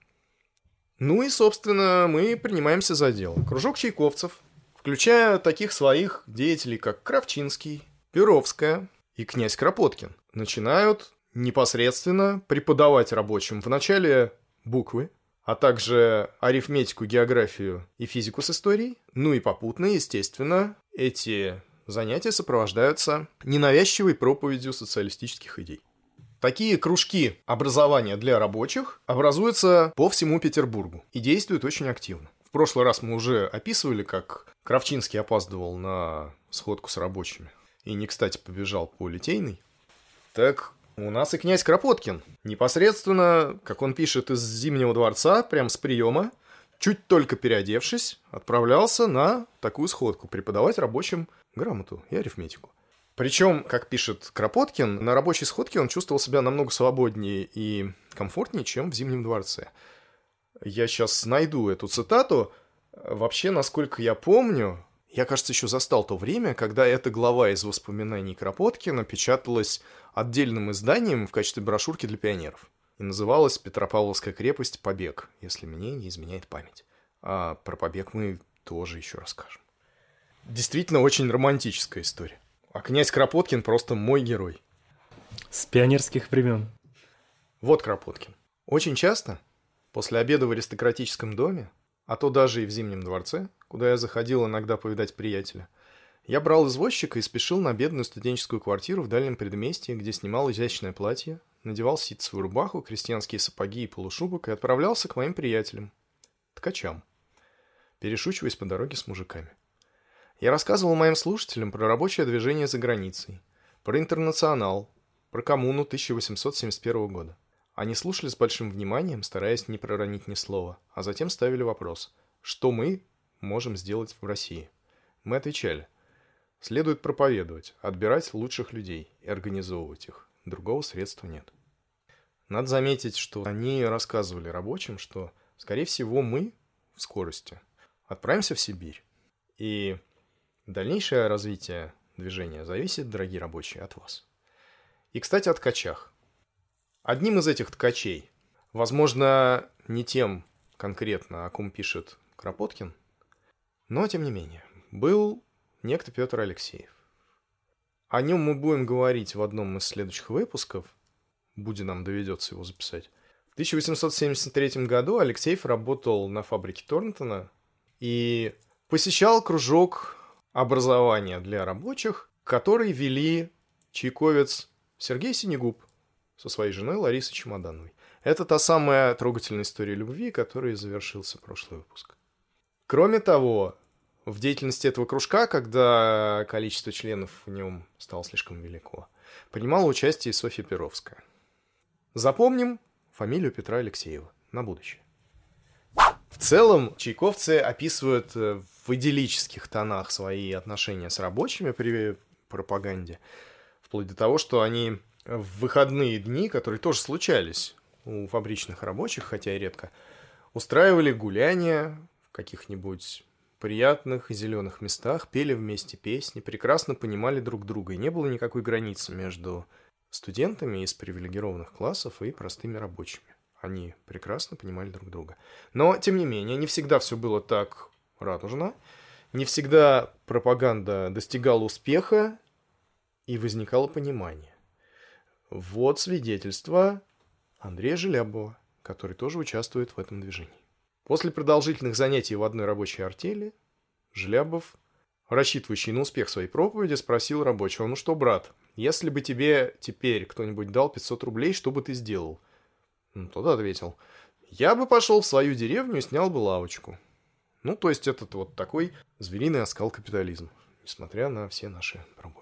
A: Ну и, собственно, мы принимаемся за дело. Кружок чайковцев, включая таких своих деятелей, как Кравчинский, Перовская и князь Кропоткин, начинают непосредственно преподавать рабочим вначале буквы, а также арифметику, географию и физику с историей. Ну и попутно, естественно, эти занятия сопровождаются ненавязчивой проповедью социалистических идей. Такие кружки образования для рабочих образуются по всему Петербургу и действуют очень активно. В прошлый раз мы уже описывали, как Кравчинский опаздывал на сходку с рабочими и не кстати побежал по Литейной. Так у нас и князь Кропоткин непосредственно, как он пишет, из Зимнего дворца, прям с приема, чуть только переодевшись, отправлялся на такую сходку преподавать рабочим грамоту и арифметику. Причем, как пишет Кропоткин, на рабочей сходке он чувствовал себя намного свободнее и комфортнее, чем в Зимнем дворце. Я сейчас найду эту цитату. Вообще, насколько я помню, я, кажется, еще застал то время, когда эта глава из воспоминаний Кропоткина печаталась отдельным изданием в качестве брошюрки для пионеров. И называлась «Петропавловская крепость. Побег», если мне не изменяет память. А про побег мы тоже еще расскажем. Действительно, очень романтическая история. А князь Кропоткин просто мой герой.
B: С пионерских времен.
A: Вот Кропоткин. Очень часто, после обеда в аристократическом доме, а то даже и в Зимнем дворце, куда я заходил иногда повидать приятеля, я брал извозчика и спешил на бедную студенческую квартиру в дальнем предместье, где снимал изящное платье, надевал ситцевую рубаху, крестьянские сапоги и полушубок и отправлялся к моим приятелям, ткачам, перешучиваясь по дороге с мужиками. Я рассказывал моим слушателям про рабочее движение за границей, про интернационал, про коммуну 1871 года. Они слушали с большим вниманием, стараясь не проронить ни слова, а затем ставили вопрос, что мы можем сделать в России. Мы отвечали, следует проповедовать, отбирать лучших людей и организовывать их. Другого средства нет. Надо заметить, что они рассказывали рабочим, что, скорее всего, мы в скорости отправимся в Сибирь. И дальнейшее развитие движения зависит, дорогие рабочие, от вас. И, кстати, о ткачах. Одним из этих ткачей, возможно, не тем конкретно, о ком пишет Кропоткин, но, тем не менее, был некто Петр Алексеев. О нем мы будем говорить в одном из следующих выпусков, будь нам доведется его записать. В 1873 году Алексеев работал на фабрике Торнтона и посещал кружок образования для рабочих, который вели чайковец Сергей Синегуб со своей женой Ларисой Чемодановой. Это та самая трогательная история любви, которой завершился прошлый выпуск. Кроме того, в деятельности этого кружка, когда количество членов в нем стало слишком велико, принимала участие и Софья Перовская. Запомним фамилию Петра Алексеева на будущее. В целом, чайковцы описывают в идиллических тонах свои отношения с рабочими при пропаганде, вплоть до того, что они в выходные дни, которые тоже случались у фабричных рабочих, хотя и редко, устраивали гуляния в каких-нибудь приятных и зеленых местах, пели вместе песни, прекрасно понимали друг друга, и не было никакой границы между студентами из привилегированных классов и простыми рабочими. Они прекрасно понимали друг друга. Но, тем не менее, не всегда все было так радужно, не всегда пропаганда достигала успеха и возникало понимание. Вот свидетельство Андрея Желябова, который тоже участвует в этом движении. После продолжительных занятий в одной рабочей артели Желябов, рассчитывающий на успех своей проповеди, спросил рабочего: «Ну что, брат, если бы тебе теперь кто-нибудь дал 500 рублей, что бы ты сделал?» Тот ответил: «Я бы пошел в свою деревню и снял бы лавочку». Ну, то есть, это вот такой звериный оскал капитализма, несмотря на все наши проповеди.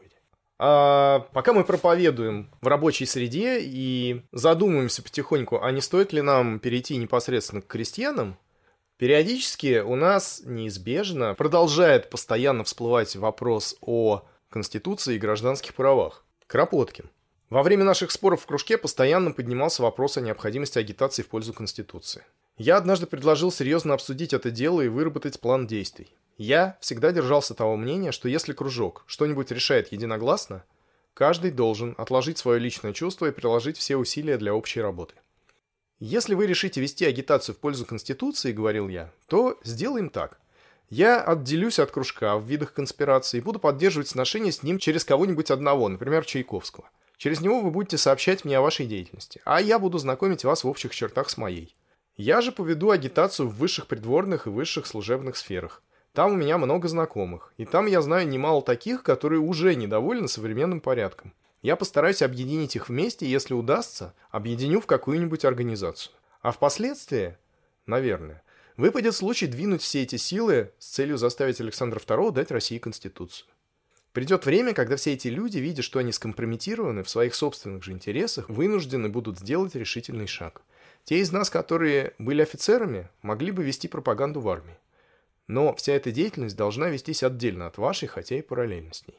A: А пока мы проповедуем в рабочей среде и задумываемся потихоньку, а не стоит ли нам перейти непосредственно к крестьянам, периодически у нас неизбежно продолжает постоянно всплывать вопрос о Конституции и гражданских правах. Кропоткин. Во время наших споров в кружке постоянно поднимался вопрос о необходимости агитации в пользу Конституции. Я однажды предложил серьезно обсудить это дело и выработать план действий. Я всегда держался того мнения, что если кружок что-нибудь решает единогласно, каждый должен отложить свое личное чувство и приложить все усилия для общей работы. Если вы решите вести агитацию в пользу Конституции, говорил я, то сделаем так. Я отделюсь от кружка в видах конспирации и буду поддерживать сношения с ним через кого-нибудь одного, например, Чайковского. Через него вы будете сообщать мне о вашей деятельности, а я буду знакомить вас в общих чертах с моей. Я же поведу агитацию в высших придворных и высших служебных сферах. Там у меня много знакомых, и там я знаю немало таких, которые уже недовольны современным порядком. Я постараюсь объединить их вместе, если удастся, объединю в какую-нибудь организацию. А впоследствии, наверное, выпадет случай двинуть все эти силы с целью заставить Александра II дать России Конституцию. Придет время, когда все эти люди, видя, что они скомпрометированы в своих собственных же интересах, вынуждены будут сделать решительный шаг. Те из нас, которые были офицерами, могли бы вести пропаганду в армии. Но вся эта деятельность должна вестись отдельно от вашей, хотя и параллельно с ней.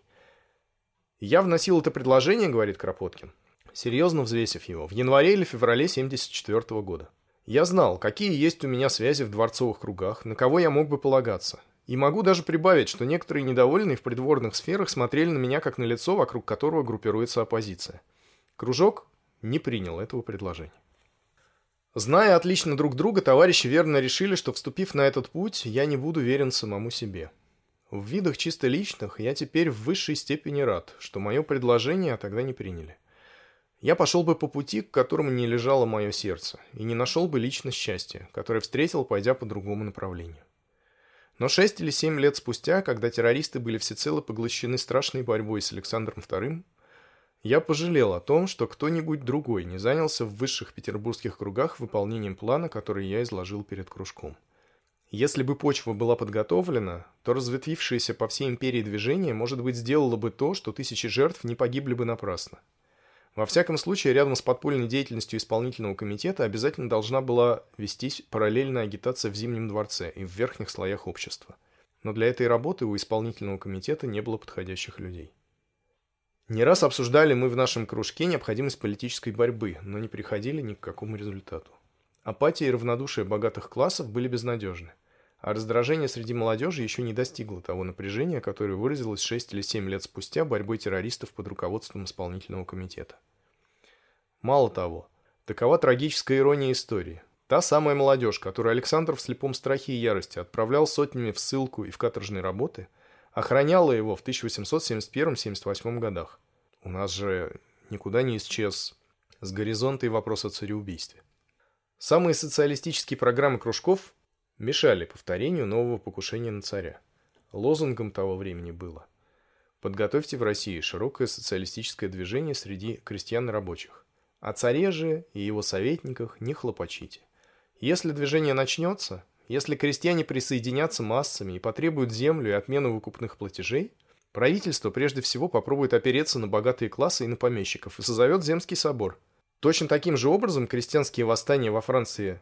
A: Я вносил это предложение, говорит Кропоткин, серьезно взвесив его, в январе или феврале 1974 года. Я знал, какие есть у меня связи в дворцовых кругах, на кого я мог бы полагаться. И могу даже прибавить, что некоторые недовольные в придворных сферах смотрели на меня как на лицо, вокруг которого группируется оппозиция. Кружок не принял этого предложения. Зная отлично друг друга, товарищи верно решили, что, вступив на этот путь, я не буду верен самому себе. В видах чисто личных я теперь в высшей степени рад, что мое предложение тогда не приняли. Я пошел бы по пути, к которому не лежало мое сердце, и не нашел бы лично счастья, которое встретил, пойдя по другому направлению. Но 6 или 7 лет спустя, когда террористы были всецело поглощены страшной борьбой с Александром II, я пожалел о том, что кто-нибудь другой не занялся в высших петербургских кругах выполнением плана, который я изложил перед кружком. Если бы почва была подготовлена, то разветвившееся по всей империи движение, может быть, сделало бы то, что тысячи жертв не погибли бы напрасно. Во всяком случае, рядом с подпольной деятельностью исполнительного комитета обязательно должна была вестись параллельная агитация в Зимнем дворце и в верхних слоях общества. Но для этой работы у исполнительного комитета не было подходящих людей. Не раз обсуждали мы в нашем кружке необходимость политической борьбы, но не приходили ни к какому результату. Апатия и равнодушие богатых классов были безнадежны, а раздражение среди молодежи еще не достигло того напряжения, которое выразилось 6 или 7 лет спустя борьбой террористов под руководством исполнительного комитета. Мало того, такова трагическая ирония истории. Та самая молодежь, которую Александр в слепом страхе и ярости отправлял сотнями в ссылку и в каторжные работы, охраняла его в 1871-78 годах. У нас же никуда не исчез с горизонта и вопрос о цареубийстве. Самые социалистические программы кружков мешали повторению нового покушения на царя. Лозунгом того времени было: «Подготовьте в России широкое социалистическое движение среди крестьян и рабочих. О царе же и его советниках не хлопочите. Если движение начнется, если крестьяне присоединятся массами и потребуют землю и отмену выкупных платежей, правительство прежде всего попробует опереться на богатые классы и на помещиков и созовет Земский собор». Точно таким же образом крестьянские восстания во Франции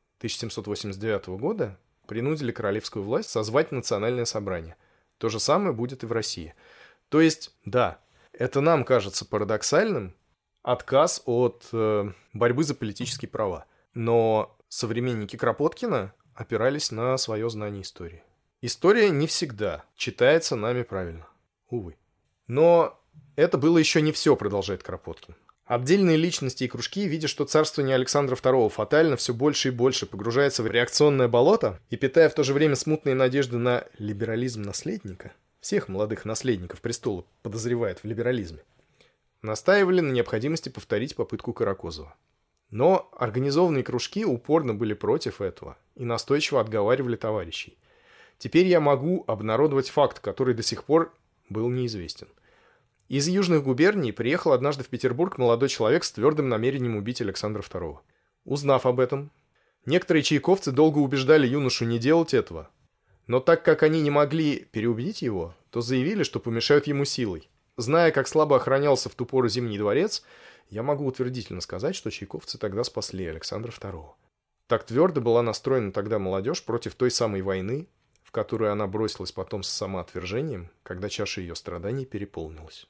A: 1789 года принудили королевскую власть созвать национальное собрание. То же самое будет и в России. То есть, да, это нам кажется парадоксальным отказ от борьбы за политические права. Но современники Кропоткина опирались на свое знание истории. История не всегда читается нами правильно. Увы. Но это было еще не все, продолжает Кропоткин. Отдельные личности и кружки, видя, что царствование Александра II фатально, все больше и больше погружается в реакционное болото и питая в то же время смутные надежды на либерализм наследника, всех молодых наследников престола подозревает в либерализме, настаивали на необходимости повторить попытку Каракозова. Но организованные кружки упорно были против этого и настойчиво отговаривали товарищей. Теперь я могу обнародовать факт, который до сих пор был неизвестен. Из южных губерний приехал однажды в Петербург молодой человек с твердым намерением убить Александра II. Узнав об этом, некоторые чайковцы долго убеждали юношу не делать этого. Но так как они не могли переубедить его, то заявили, что помешают ему силой. Зная, как слабо охранялся в ту пору Зимний дворец, я могу утвердительно сказать, что чайковцы тогда спасли Александра II. Так твердо была настроена тогда молодежь против той самой войны, в которую она бросилась потом с самоотвержением, когда чаша ее страданий переполнилась.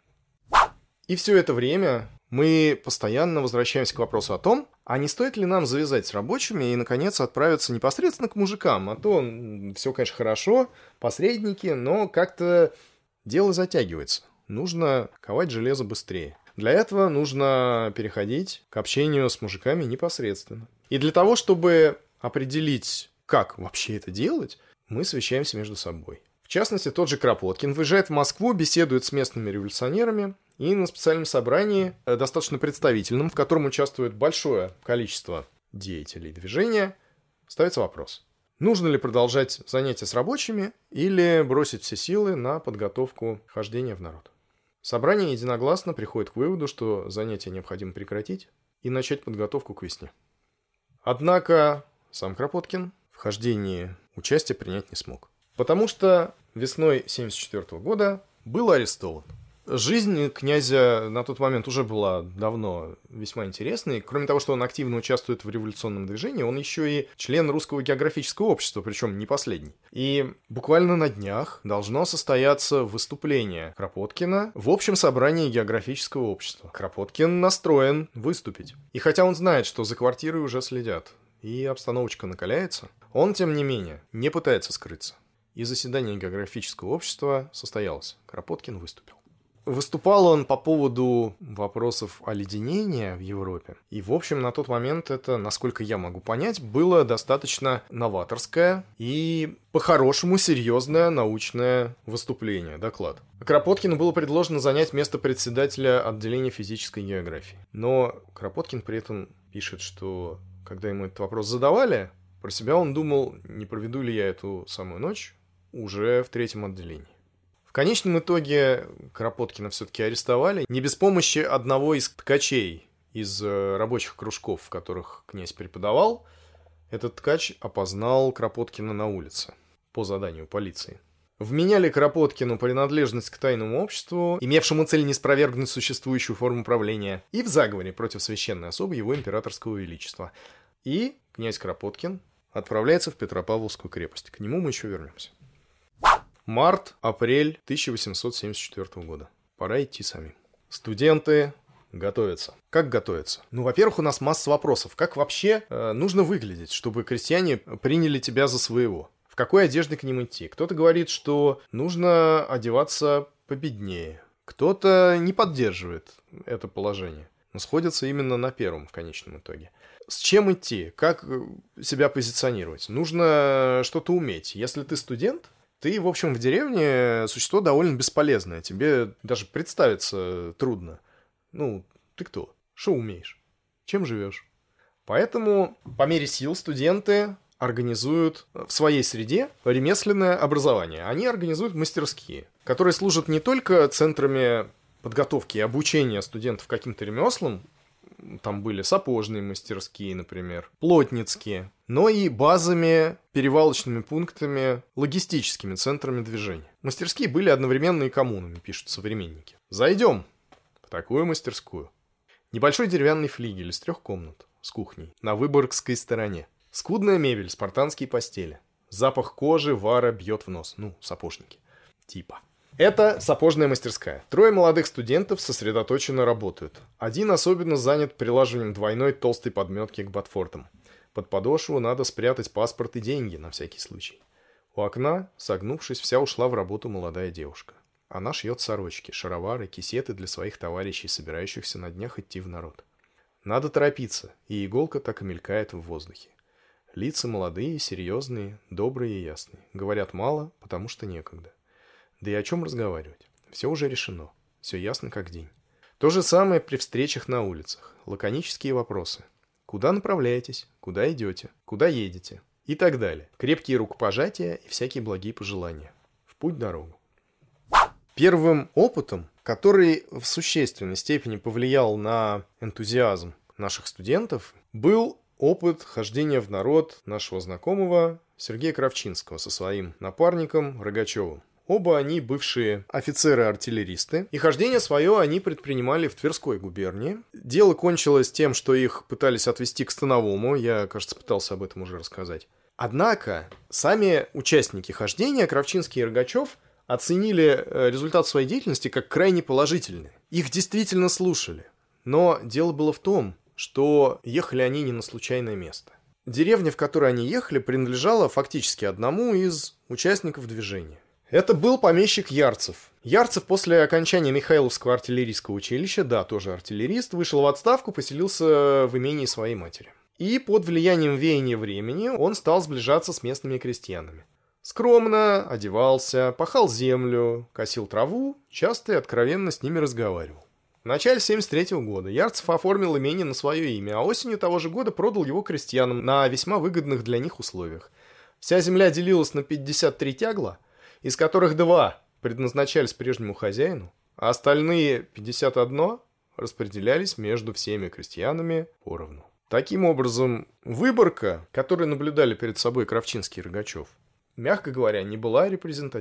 A: И все это время мы постоянно возвращаемся к вопросу о том, а не стоит ли нам завязать с рабочими и, наконец, отправиться непосредственно к мужикам. А то все, конечно, хорошо, посредники, но как-то дело затягивается. Нужно ковать железо быстрее. Для этого нужно переходить к общению с мужиками непосредственно. И для того, чтобы определить, как вообще это делать, мы совещаемся между собой. В частности, тот же Кропоткин выезжает в Москву, беседует с местными революционерами, и на специальном собрании, достаточно представительном, в котором участвует большое количество деятелей движения, ставится вопрос: нужно ли продолжать занятия с рабочими или бросить все силы на подготовку хождения в народ. Собрание единогласно приходит к выводу, что занятия необходимо прекратить и начать подготовку к весне. Однако сам Кропоткин в хождении участия принять не смог, потому что весной 1974 года был арестован. Жизнь князя на тот момент уже была давно весьма интересной. Кроме того, что он активно участвует в революционном движении, он еще и член Русского географического общества, причем не последний. И буквально на днях должно состояться выступление Кропоткина в общем собрании географического общества. Кропоткин настроен выступить. И хотя он знает, что за квартирой уже следят, и обстановочка накаляется, он, тем не менее, не пытается скрыться. И заседание географического общества состоялось. Кропоткин выступил. Выступал он по поводу вопросов оледенения в Европе. И, в общем, на тот момент это, насколько я могу понять, было достаточно новаторское и, по-хорошему, серьезное научное выступление, доклад. Кропоткину было предложено занять место председателя отделения физической географии. Но Кропоткин при этом пишет, что, когда ему этот вопрос задавали, про себя он думал, не проведу ли я эту самую ночь уже в 3-м отделении. В конечном итоге Кропоткина все-таки арестовали не без помощи одного из ткачей из рабочих кружков, в которых князь преподавал. Этот ткач опознал Кропоткина на улице по заданию полиции. Вменяли Кропоткину принадлежность к тайному обществу, имевшему цель не спровергнуть существующую форму правления, и в заговоре против священной особы его императорского величества. И князь Кропоткин отправляется в Петропавловскую крепость. К нему мы еще вернемся. Март-апрель 1874 года. Пора идти самим. Студенты готовятся. Как готовятся? Ну, во-первых, у нас масса вопросов. Как вообще нужно выглядеть, чтобы крестьяне приняли тебя за своего? В какой одежде к ним идти? Кто-то говорит, что нужно одеваться победнее. Кто-то не поддерживает это положение. Но сходятся именно на первом в конечном итоге. С чем идти? Как себя позиционировать? Нужно что-то уметь. Если ты студент, ты, в общем, в деревне существо довольно бесполезное. Тебе даже представиться трудно. Ну, ты кто? Что умеешь? Чем живешь? Поэтому, по мере сил, студенты организуют в своей среде ремесленное образование. Они организуют мастерские, которые служат не только центрами подготовки и обучения студентов каким-то ремеслам, там были сапожные мастерские, например, плотницкие, но и базами, перевалочными пунктами, логистическими центрами движения. Мастерские были одновременно и коммунами, пишут современники. Зайдем в такую мастерскую. Небольшой деревянный флигель из 3 комнат с кухней на Выборгской стороне. Скудная мебель, спартанские постели. Запах кожи, вара бьет в нос. Ну, сапожники. Типа. Это сапожная мастерская. 3 молодых студентов сосредоточенно работают. Один особенно занят прилаживанием двойной толстой подметки к ботфортам. Под подошву надо спрятать паспорт и деньги на всякий случай. У окна, согнувшись, вся ушла в работу молодая девушка. Она шьет сорочки, шаровары, кисеты для своих товарищей, собирающихся на днях идти в народ. Надо торопиться, и иголка так и мелькает в воздухе. Лица молодые, серьезные, добрые и ясные. Говорят мало, потому что некогда. Да и о чем разговаривать? Все уже решено. Все ясно как день. То же самое при встречах на улицах. Лаконические вопросы. Куда направляетесь? Куда идете? Куда едете? И так далее. Крепкие рукопожатия и всякие благие пожелания. В путь-дорогу. Первым опытом, который в существенной степени повлиял на энтузиазм наших студентов, был опыт хождения в народ нашего знакомого Сергея Кравчинского со своим напарником Рогачевым. Оба они бывшие офицеры-артиллеристы, и хождение свое они предпринимали в Тверской губернии. Дело кончилось тем, что их пытались отвезти к Становому, я, кажется, пытался об этом уже рассказать. Однако сами участники хождения, Кравчинский и Рогачев, оценили результат своей деятельности как крайне положительный. Их действительно слушали. Но дело было в том, что ехали они не на случайное место. Деревня, в которой они ехали, принадлежала фактически одному из участников движения. Это был помещик Ярцев. Ярцев после окончания Михайловского артиллерийского училища, да, тоже артиллерист, вышел в отставку, поселился в имении своей матери. И под влиянием веяния времени он стал сближаться с местными крестьянами. Скромно одевался, пахал землю, косил траву, часто и откровенно с ними разговаривал. В начале 1973 года Ярцев оформил имение на свое имя, а осенью того же года продал его крестьянам на весьма выгодных для них условиях. Вся земля делилась на 53 тягла, из которых 2 предназначались прежнему хозяину, а остальные 51 распределялись между всеми крестьянами поровну. Таким образом, выборка, которую наблюдали перед собой Кравчинский и Рогачев, мягко говоря, не была репрезентативна.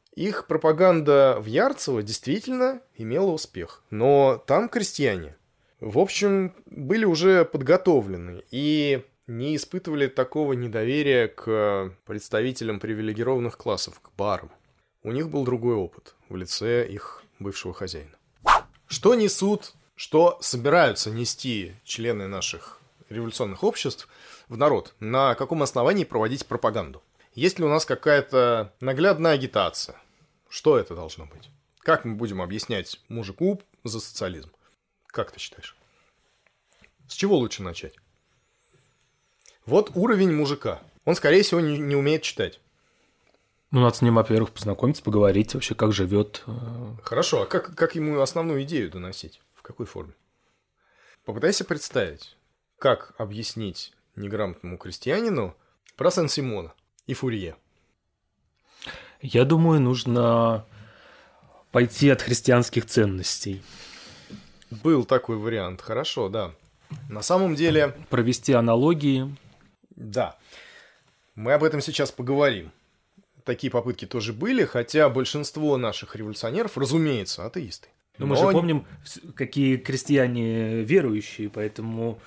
A: Их пропаганда в Ярцево действительно имела успех. Но там крестьяне, в общем, были уже подготовлены и не испытывали такого недоверия к представителям привилегированных классов, к барам. У них был другой опыт в лице их бывшего хозяина. Что несут, что собираются нести члены наших революционных обществ в народ? На каком основании проводить пропаганду? Есть ли у нас какая-то наглядная агитация? Что это должно быть? Как мы будем объяснять мужику за социализм? Как ты считаешь? С чего лучше начать? Вот уровень мужика. Он, скорее всего, не умеет читать.
B: Ну, надо с ним, во-первых, познакомиться, поговорить вообще, как живет.
A: Хорошо, а как ему основную идею доносить? В какой форме? Попытайся представить, как объяснить неграмотному крестьянину про Сен-Симона и Фурье.
B: Я думаю, нужно пойти от христианских ценностей.
A: Был такой вариант, хорошо, да. На самом деле...
B: Провести аналогии.
A: Да. Мы об этом сейчас поговорим. Такие попытки тоже были, хотя большинство наших революционеров, разумеется, атеисты.
B: Но мы же помним, какие крестьяне верующие, поэтому...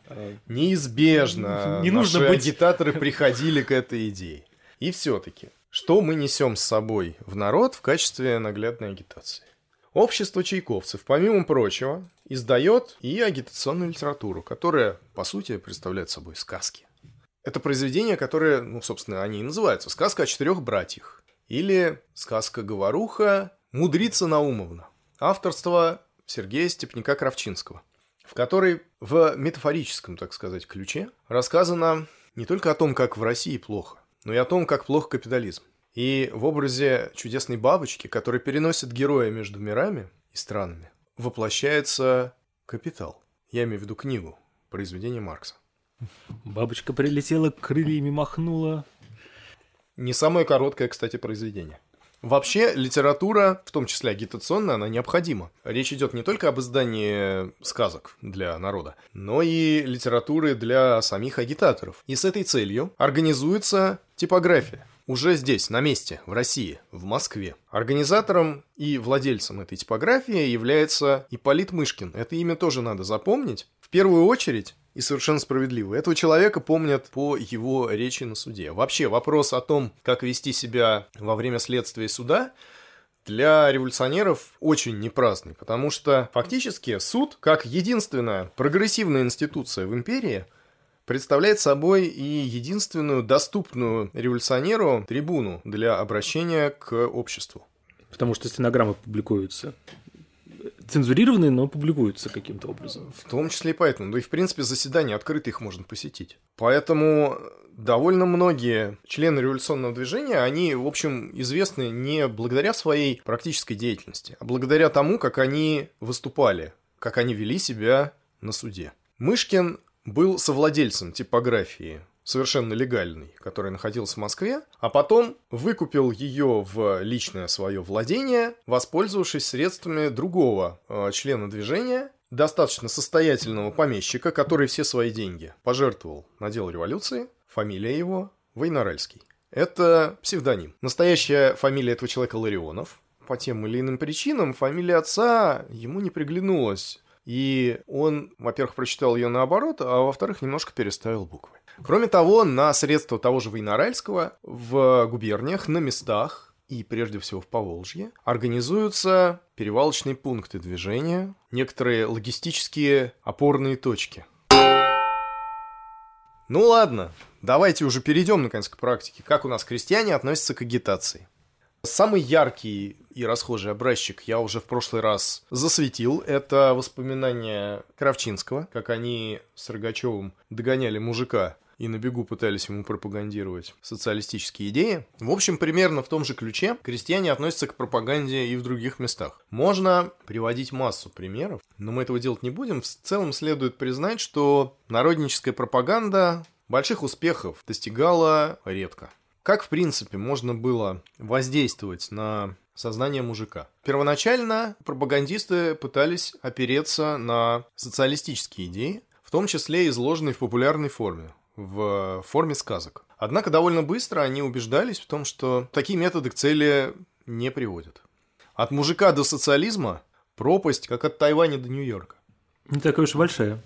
A: Неизбежно
B: не
A: наши
B: нужно быть...
A: агитаторы приходили к этой идее. И все-таки, что мы несем с собой в народ в качестве наглядной агитации? Общество чайковцев, помимо прочего, издает и агитационную литературу, которая, по сути, представляет собой сказки. Это произведения, которые, собственно, они и называются «Сказка о четырех братьях» или «Сказка-говоруха Мудрица Наумовна», авторство Сергея Степняка-Кравчинского, в которой в метафорическом, так сказать, ключе рассказано не только о том, как в России плохо, но и о том, как плох капитализм. И в образе чудесной бабочки, которая переносит героя между мирами и странами, воплощается капитал. Я имею в виду книгу, произведение Маркса.
B: Бабочка прилетела, крыльями махнула.
A: Не самое короткое, кстати, произведение. Вообще, литература, в том числе агитационная, она необходима. Речь идет не только об издании сказок для народа, но и литературы для самих агитаторов. И с этой целью организуется типография. Уже здесь, на месте, в России, в Москве. Организатором и владельцем этой типографии является Ипполит Мышкин. Это имя тоже надо запомнить. В первую очередь, и совершенно справедливо, этого человека помнят по его речи на суде. Вообще, вопрос о том, как вести себя во время следствия и суда, для революционеров очень непраздный, потому что фактически суд, как единственная прогрессивная институция в империи, представляет собой и единственную доступную революционеру трибуну для обращения к обществу.
B: Потому что стенограммы публикуются. Цензурированные, но публикуются каким-то образом.
A: В том числе и поэтому. Да и, в принципе, заседания открыто их можно посетить. Поэтому довольно многие члены революционного движения, они, в общем, известны не благодаря своей практической деятельности, а благодаря тому, как они выступали, как они вели себя на суде. Мышкин был совладельцем типографии, совершенно легальной, которая находилась в Москве, а потом выкупил ее в личное свое владение, воспользовавшись средствами другого члена движения, достаточно состоятельного помещика, который все свои деньги пожертвовал на дело революции. Фамилия его Войнаральский. Это псевдоним. Настоящая фамилия этого человека Ларионов. По тем или иным причинам фамилия отца ему не приглянулась. И он, во-первых, прочитал ее наоборот, а во-вторых, немножко переставил буквы. Кроме того, на средства того же Войнаральского в губерниях, на местах, и прежде всего в Поволжье, организуются перевалочные пункты движения, некоторые логистические опорные точки. Ну ладно, давайте уже перейдем наконец к практике. Как у нас крестьяне относятся к агитации? Самый яркий и расхожий образчик я уже в прошлый раз засветил. Это воспоминания Кравчинского, как они с Рогачевым догоняли мужика и на бегу пытались ему пропагандировать социалистические идеи. В общем, примерно в том же ключе крестьяне относятся к пропаганде и в других местах. Можно приводить массу примеров, но мы этого делать не будем. В целом следует признать, что народническая пропаганда больших успехов достигала редко. Как, в принципе, можно было воздействовать на сознание мужика? Первоначально пропагандисты пытались опереться на социалистические идеи, в том числе изложенные в популярной форме, в форме сказок. Однако довольно быстро они убеждались в том, что такие методы к цели не приводит. От мужика до социализма пропасть, как от Тайваня до Нью-Йорка.
B: Не такая уж большая.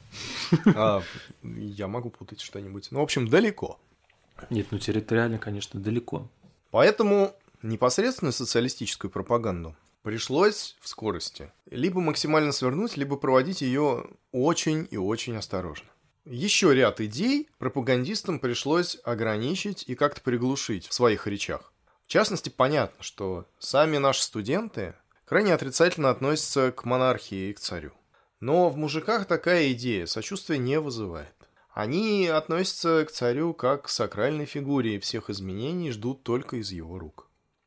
A: Я могу путать что-нибудь. Ну, в общем, далеко.
B: Нет, ну территориально, конечно, далеко.
A: Поэтому непосредственную социалистическую пропаганду пришлось в скорости либо максимально свернуть, либо проводить ее очень и очень осторожно. Еще ряд идей пропагандистам пришлось ограничить и как-то приглушить в своих речах. В частности, понятно, что сами наши студенты крайне отрицательно относятся к монархии и к царю. Но в мужиках такая идея сочувствия не вызывает. Они относятся к царю как к сакральной фигуре и всех изменений ждут только из его рук.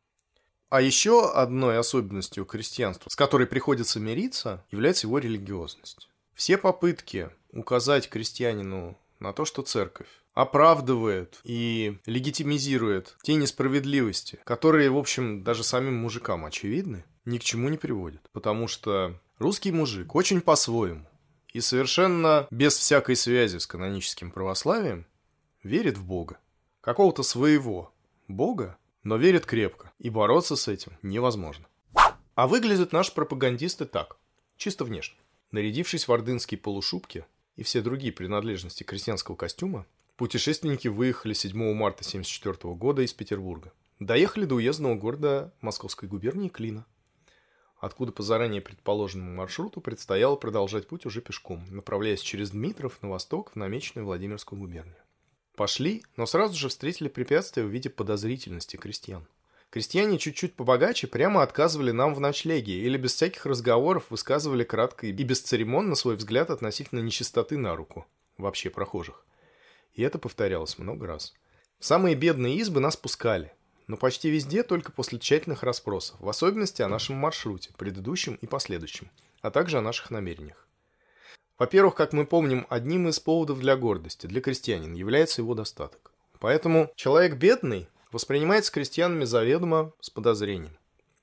A: А еще одной особенностью крестьянства, с которой приходится мириться, является его религиозность. Все попытки указать крестьянину на то, что церковь оправдывает и легитимизирует те несправедливости, которые, в общем, даже самим мужикам очевидны, ни к чему не приводят. Потому что русский мужик очень по-своему и совершенно без всякой связи с каноническим православием верит в Бога. Какого-то своего Бога, но верит крепко, и бороться с этим невозможно. А выглядят наши пропагандисты так, чисто внешне. Нарядившись в ордынские полушубки и все другие принадлежности крестьянского костюма, путешественники выехали 7 марта 1974 года из Петербурга. Доехали до уездного города Московской губернии Клина, откуда по заранее предположенному маршруту предстояло продолжать путь уже пешком, направляясь через Дмитров на восток в намеченную Владимирскую губернию. Пошли, но сразу же встретили препятствия в виде подозрительности крестьян. Крестьяне чуть-чуть побогаче прямо отказывали нам в ночлеге или без всяких разговоров высказывали кратко и бесцеремонно свой взгляд относительно нечистоты на руку вообще прохожих. И это повторялось много раз. В самые бедные избы нас пускали, но почти везде только после тщательных расспросов, в особенности о нашем маршруте, предыдущем и последующем, а также о наших намерениях. Во-первых, как мы помним, одним из поводов для гордости для крестьянина является его достаток. Поэтому человек бедный воспринимается крестьянами заведомо с подозрением.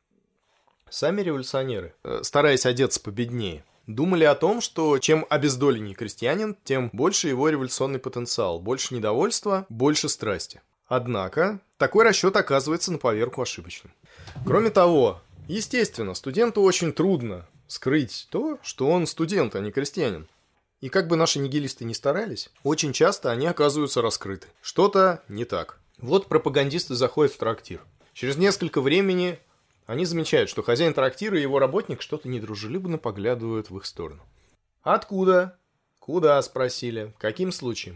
A: Сами революционеры, стараясь одеться победнее, думали о том, что чем обездоленнее крестьянин, тем больше его революционный потенциал, больше недовольства, больше страсти. Однако, такой расчет оказывается на поверку ошибочным. Кроме того, естественно, студенту очень трудно скрыть то, что он студент, а не крестьянин. И как бы наши нигилисты ни старались, очень часто они оказываются раскрыты. Что-то не так. Вот пропагандисты заходят в трактир. Через несколько времени они замечают, что хозяин трактира и его работник что-то недружелюбно поглядывают в их сторону. «Откуда?» «Куда?» – спросили. «Каким случаем?»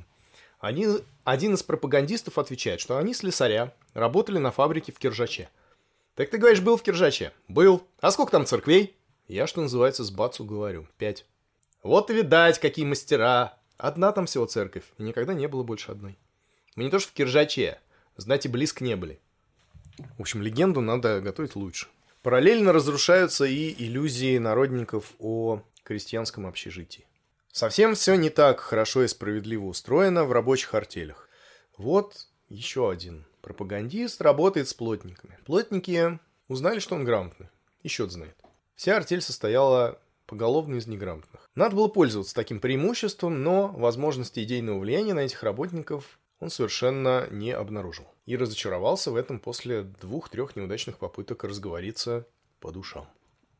A: Один из пропагандистов отвечает, что они слесаря, работали на фабрике в Киржаче. «Так ты, говоришь, был в Киржаче?» «Был. А сколько там церквей?» Я, что называется, с бацу говорю. 5. «Вот и видать, какие мастера. Одна там всего церковь, и никогда не было больше одной. Мы не то что в Киржаче, знать и близко не были». В общем, легенду надо готовить лучше. Параллельно разрушаются и иллюзии народников о крестьянском общежитии. Совсем все не так хорошо и справедливо устроено в рабочих артелях. Вот еще один пропагандист работает с плотниками. Плотники узнали, что он грамотный, и счет знает. Вся артель состояла поголовно из неграмотных. Надо было пользоваться таким преимуществом, но возможности идейного влияния на этих работников он совершенно не обнаружил. И разочаровался в этом после 2-3 неудачных попыток разговориться по душам.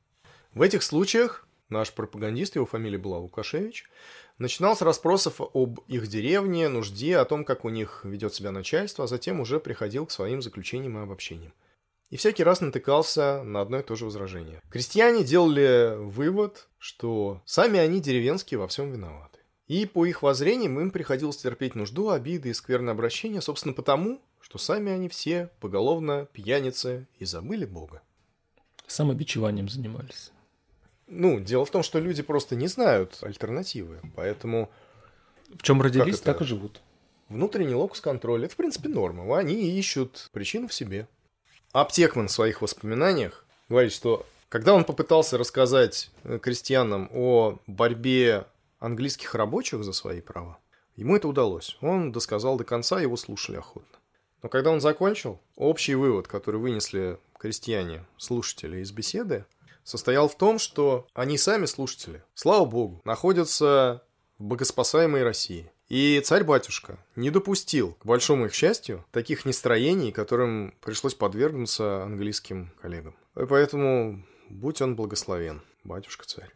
A: В этих случаях наш пропагандист, его фамилия была Лукашевич, начинал с расспросов об их деревне, нужде, о том, как у них ведет себя начальство, а затем уже приходил к своим заключениям и обобщениям. И всякий раз натыкался на одно и то же возражение. Крестьяне делали вывод, что сами они деревенские во всем виноваты. И по их воззрениям им приходилось терпеть нужду, обиды и скверное обращение, собственно потому, что сами они все поголовно пьяницы и забыли Бога.
B: Самобичеванием занимались.
A: Дело в том, что люди просто не знают альтернативы, поэтому...
B: В чем родились, так и живут.
A: Внутренний локус-контроль – это, в принципе, норма. Они ищут причину в себе. Аптекман в своих воспоминаниях говорит, что когда он попытался рассказать крестьянам о борьбе английских рабочих за свои права, ему это удалось. Он досказал до конца, его слушали охотно. Но когда он закончил, общий вывод, который вынесли крестьяне, слушатели из беседы, состоял в том, что они сами, слушатели, слава богу, находятся в богоспасаемой России. И царь-батюшка не допустил, к большому их счастью, таких нестроений, которым пришлось подвергнуться английским коллегам. И поэтому будь он благословен, батюшка-царь.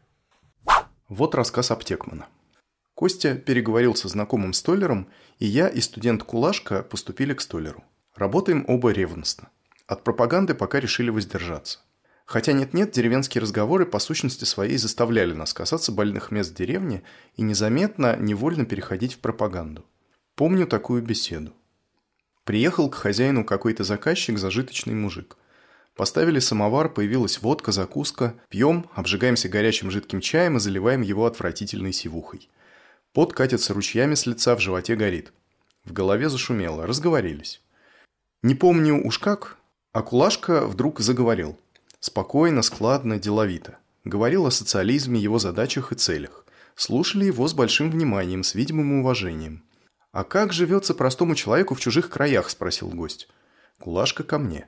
C: Вот рассказ Аптекмана. Костя переговорил со знакомым столяром, и я и студент Кулашка поступили к столяру. Работаем оба ревностно. От пропаганды пока решили воздержаться. Хотя нет-нет, деревенские разговоры по сущности своей заставляли нас касаться больных мест деревни и незаметно, невольно переходить в пропаганду. Помню такую беседу. Приехал к хозяину какой-то заказчик, зажиточный мужик. Поставили самовар, появилась водка, закуска. Пьем, обжигаемся горячим жидким чаем и заливаем его отвратительной сивухой. Пот катится ручьями с лица, в животе горит. В голове зашумело, разговорились. Не помню уж как, а Кулашка вдруг заговорил. Спокойно, складно, деловито. Говорил о социализме, его задачах и целях. Слушали его с большим вниманием, с видимым уважением. «А как живется простому человеку в чужих краях?» – спросил гость. Кулашка ко мне.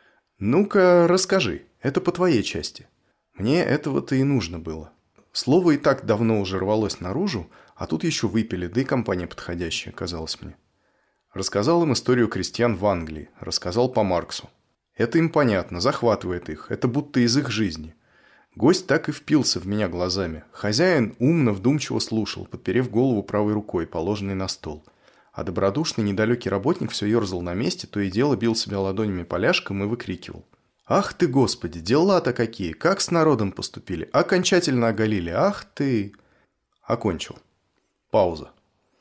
C: «Ну-ка, расскажи, это по твоей части». Мне этого-то и нужно было. Слово и так давно уже рвалось наружу, а тут еще выпили, да и компания подходящая, казалось мне. Рассказал им историю крестьян в Англии, рассказал по Марксу. Это им понятно, захватывает их, это будто из их жизни. Гость так и впился в меня глазами. Хозяин умно, вдумчиво слушал, подперев голову правой рукой, положенной на стол. А добродушный, недалекий работник все ерзал на месте, то и дело бил себя ладонями поляшком и выкрикивал. «Ах ты, Господи, дела-то какие! Как с народом поступили! Окончательно оголили! Ах ты!» Окончил. Пауза.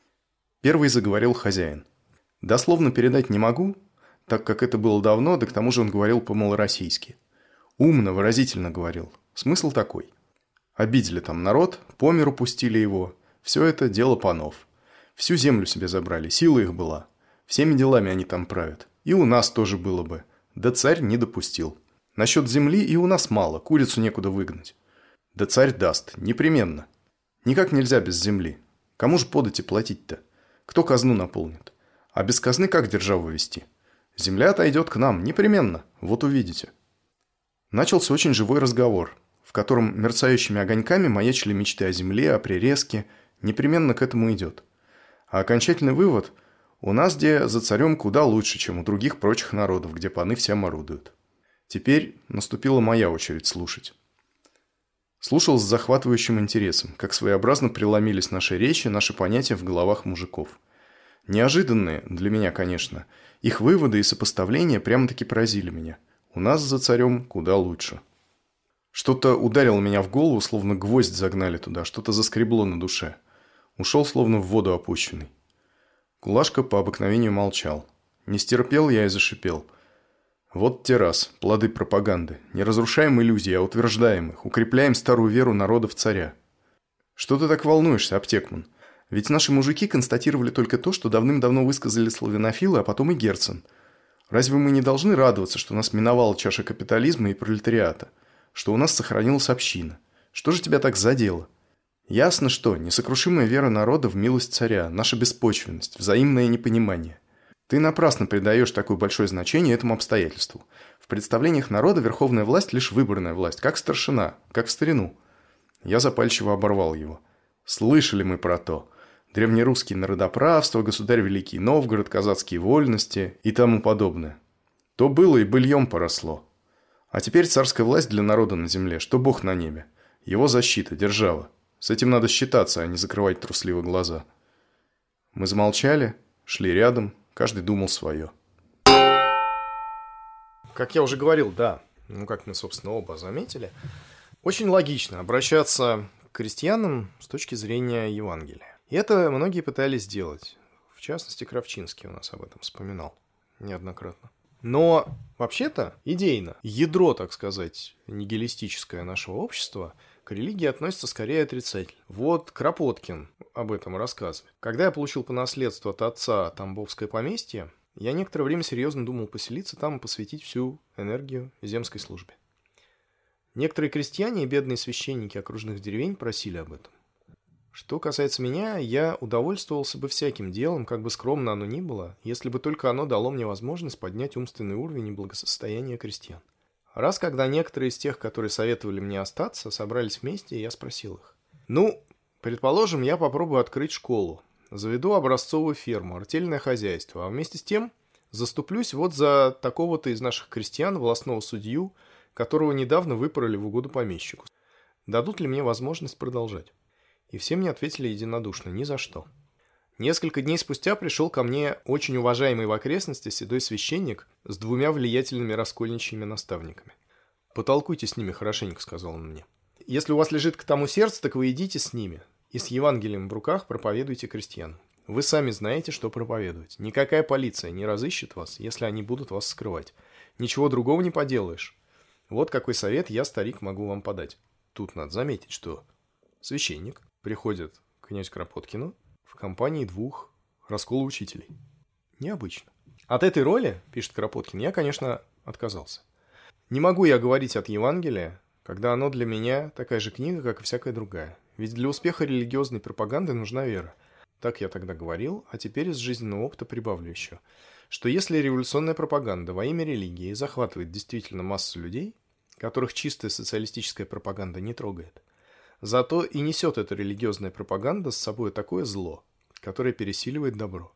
C: Первый заговорил хозяин. Дословно передать не могу, так как это было давно, да к тому же он говорил по-малороссийски. Умно, выразительно говорил. Смысл такой. Обидели там народ, по миру пустили его. Все это дело панов. Всю землю себе забрали, сила их была. Всеми делами они там правят. И у нас тоже было бы. Да царь не допустил. Насчет земли и у нас мало, курицу некуда выгнать. Да царь даст, непременно. Никак нельзя без земли. Кому же подати платить-то? Кто казну наполнит? А без казны как державу вести? Земля отойдет к нам, непременно, вот увидите. Начался очень живой разговор, в котором мерцающими огоньками маячили мечты о земле, о прирезке. Непременно к этому идет. А окончательный вывод – у нас, где за царем, куда лучше, чем у других прочих народов, где паны всем орудуют. Теперь наступила моя очередь слушать. Слушал с захватывающим интересом, как своеобразно преломились наши речи, наши понятия в головах мужиков. Неожиданные, для меня, конечно, их выводы и сопоставления прямо-таки поразили меня. У нас за царем куда лучше. Что-то ударило меня в голову, словно гвоздь загнали туда, что-то заскребло на душе. Ушел, словно в воду опущенный. Кулашка по обыкновению молчал. Не стерпел я и зашипел. Вот те раз, плоды пропаганды. Не разрушаем иллюзии, а утверждаем их. Укрепляем старую веру народа в царя. Что ты так волнуешься, Аптекман? Ведь наши мужики констатировали только то, что давным-давно высказали славянофилы, а потом и Герцен. Разве мы не должны радоваться, что нас миновала чаша капитализма и пролетариата? Что у нас сохранилась община? Что же тебя так задело? Ясно, что несокрушимая вера народа в милость царя, наша беспочвенность, взаимное непонимание. Ты напрасно придаешь такое большое значение этому обстоятельству. В представлениях народа верховная власть лишь выборная власть, как старшина, как в старину. Я запальчиво оборвал его. Слышали мы про то. Древнерусские народоправства, государь Великий Новгород, казацкие вольности и тому подобное. То было и быльем поросло. А теперь царская власть для народа на земле, что Бог на небе. Его защита, держава. С этим надо считаться, а не закрывать трусливо глаза. Мы замолчали, шли рядом, каждый думал свое.
A: Как я уже говорил, да, как мы, собственно, оба заметили, очень логично обращаться к крестьянам с точки зрения Евангелия. И это многие пытались сделать. В частности, Кравчинский у нас об этом вспоминал неоднократно. Но вообще-то, идейно, ядро, так сказать, нигилистическое нашего общества к религии относится скорее отрицательно. Вот Кропоткин об этом рассказывает. Когда я получил по наследству от отца Тамбовское поместье, я некоторое время серьезно думал поселиться там и посвятить всю энергию земской службе. Некоторые крестьяне и бедные священники окружных деревень просили об этом. Что касается меня, я удовольствовался бы всяким делом, как бы скромно оно ни было, если бы только оно дало мне возможность поднять умственный уровень и благосостояние крестьян. Раз, когда некоторые из тех, которые советовали мне остаться, собрались вместе, я спросил их. Ну, предположим, я попробую открыть школу. заведу образцовую ферму, артельное хозяйство, а вместе с тем заступлюсь вот за такого-то из наших крестьян, волостного судью, которого недавно выпороли в угоду помещику. Дадут ли мне возможность продолжать? И все мне ответили единодушно: ни за что. Несколько дней спустя пришел ко мне очень уважаемый в окрестности седой священник с 2 влиятельными раскольничьими наставниками. «Потолкуйте с ними хорошенько», — сказал он мне. «Если у вас лежит к тому сердце, так вы идите с ними и с Евангелием в руках проповедуйте крестьянам. Вы сами знаете, что проповедовать. Никакая полиция не разыщет вас, если они будут вас скрывать. Ничего другого не поделаешь. Вот какой совет я, старик, могу вам подать». Тут надо заметить, что священник приходит к князю Кропоткину в компании 2 расколоучителей. Необычно. От этой роли, пишет Кропоткин, я, конечно, отказался. Не могу я говорить от Евангелия, когда оно для меня такая же книга, как и всякая другая. Ведь для успеха религиозной пропаганды нужна вера. Так я тогда говорил, а теперь из жизненного опыта прибавлю еще, что если революционная пропаганда во имя религии захватывает действительно массу людей, которых чистая социалистическая пропаганда не трогает, зато и несет эта религиозная пропаганда с собой такое зло, которое пересиливает добро.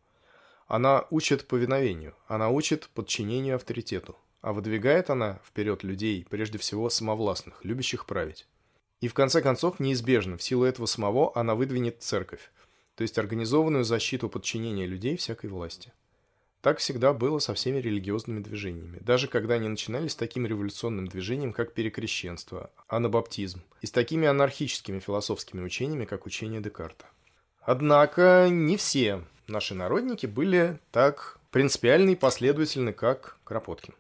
A: Она учит повиновению, она учит подчинению авторитету, а выдвигает она вперед людей, прежде всего самовластных, любящих править. И в конце концов, неизбежно, в силу этого самого, она выдвинет церковь, то есть организованную защиту подчинения людей всякой власти. Так всегда было со всеми религиозными движениями, даже когда они начинались с таким революционным движением, как перекрещенство, анабаптизм, и с такими анархическими философскими учениями, как учение Декарта. Однако не все наши народники были так принципиальны и последовательны, как Кропоткин.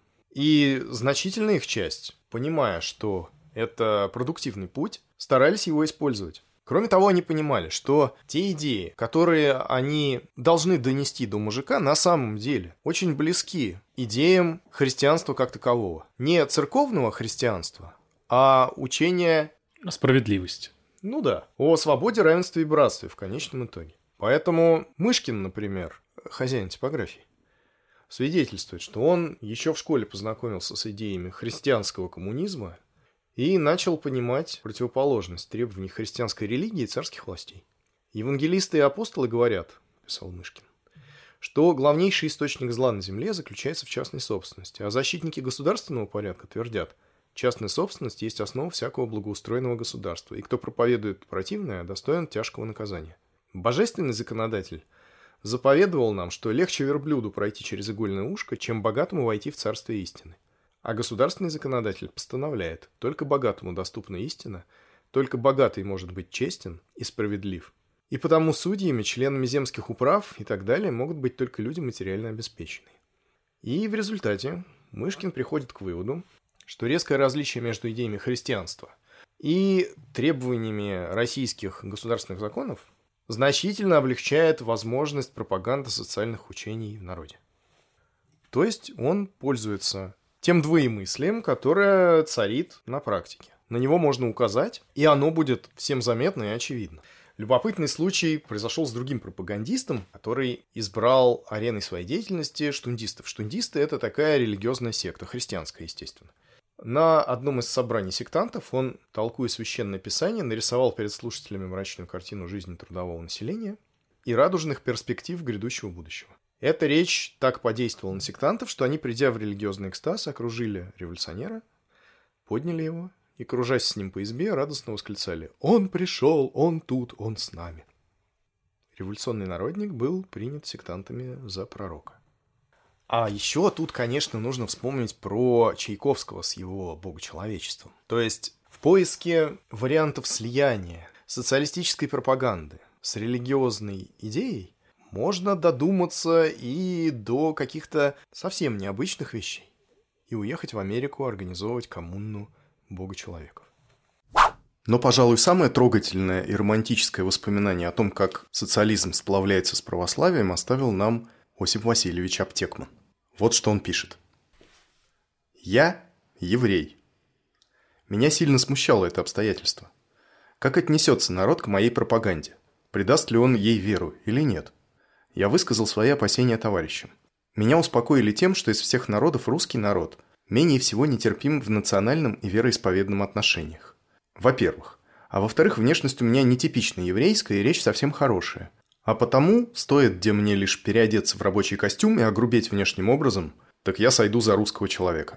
A: И значительная их часть, понимая, что это продуктивный путь, старались его использовать. Кроме того, они понимали, что те идеи, которые они должны донести до мужика, на самом деле очень близки идеям христианства как такового. Не церковного христианства, а учения...
B: Справедливости.
A: Ну да, о свободе, равенстве и братстве в конечном итоге. Поэтому Мышкин, например, хозяин типографии, свидетельствует, что он еще в школе познакомился с идеями христианского коммунизма и начал понимать противоположность требований христианской религии и царских властей. «Евангелисты и апостолы говорят, — писал Мышкин, — что главнейший источник зла на земле заключается в частной собственности, а защитники государственного порядка твердят, частная собственность есть основа всякого благоустроенного государства, и кто проповедует противное, достоин тяжкого наказания. Божественный законодатель заповедовал нам, что легче верблюду пройти через игольное ушко, чем богатому войти в царствие истины. А государственный законодатель постановляет, только богатому доступна истина, только богатый может быть честен и справедлив. И потому судьями, членами земских управ и так далее могут быть только люди материально обеспеченные». И в результате Мышкин приходит к выводу, что резкое различие между идеями христианства и требованиями российских государственных законов значительно облегчает возможность пропаганды социальных учений в народе. То есть он пользуется тем двоемыслием, которое царит на практике. На него можно указать, и оно будет всем заметно и очевидно. Любопытный случай произошел с другим пропагандистом, который избрал ареной своей деятельности штундистов. Штундисты – это такая религиозная секта, христианская, естественно. На одном из собраний сектантов он, толкуя священное писание, нарисовал перед слушателями мрачную картину жизни трудового населения и радужных перспектив грядущего будущего. Эта речь так подействовала на сектантов, что они, придя в религиозный экстаз, окружили революционера, подняли его и, кружась с ним по избе, радостно восклицали: «Он пришел, он тут, он с нами». Революционный народник был принят сектантами за пророка. А еще тут, конечно, нужно вспомнить про Чайковского с его богочеловечеством. То есть в поиске вариантов слияния социалистической пропаганды с религиозной идеей можно додуматься и до каких-то совсем необычных вещей и уехать в Америку организовывать коммуну богочеловеков.
C: Но, пожалуй, самое трогательное и романтическое воспоминание о том, как социализм сплавляется с православием, оставил нам Осип Васильевич Аптекман. Вот что он пишет. «Я еврей. Меня сильно смущало это обстоятельство. Как отнесется народ к моей пропаганде? Придаст ли он ей веру или нет? Я высказал свои опасения товарищам. Меня успокоили тем, что из всех народов русский народ менее всего нетерпим в национальном и вероисповедном отношениях. Во-первых. А во-вторых, внешность у меня нетипично еврейская, и речь совсем хорошая. А потому, стоит где мне лишь переодеться в рабочий костюм и огрубеть внешним образом, так я сойду за русского человека.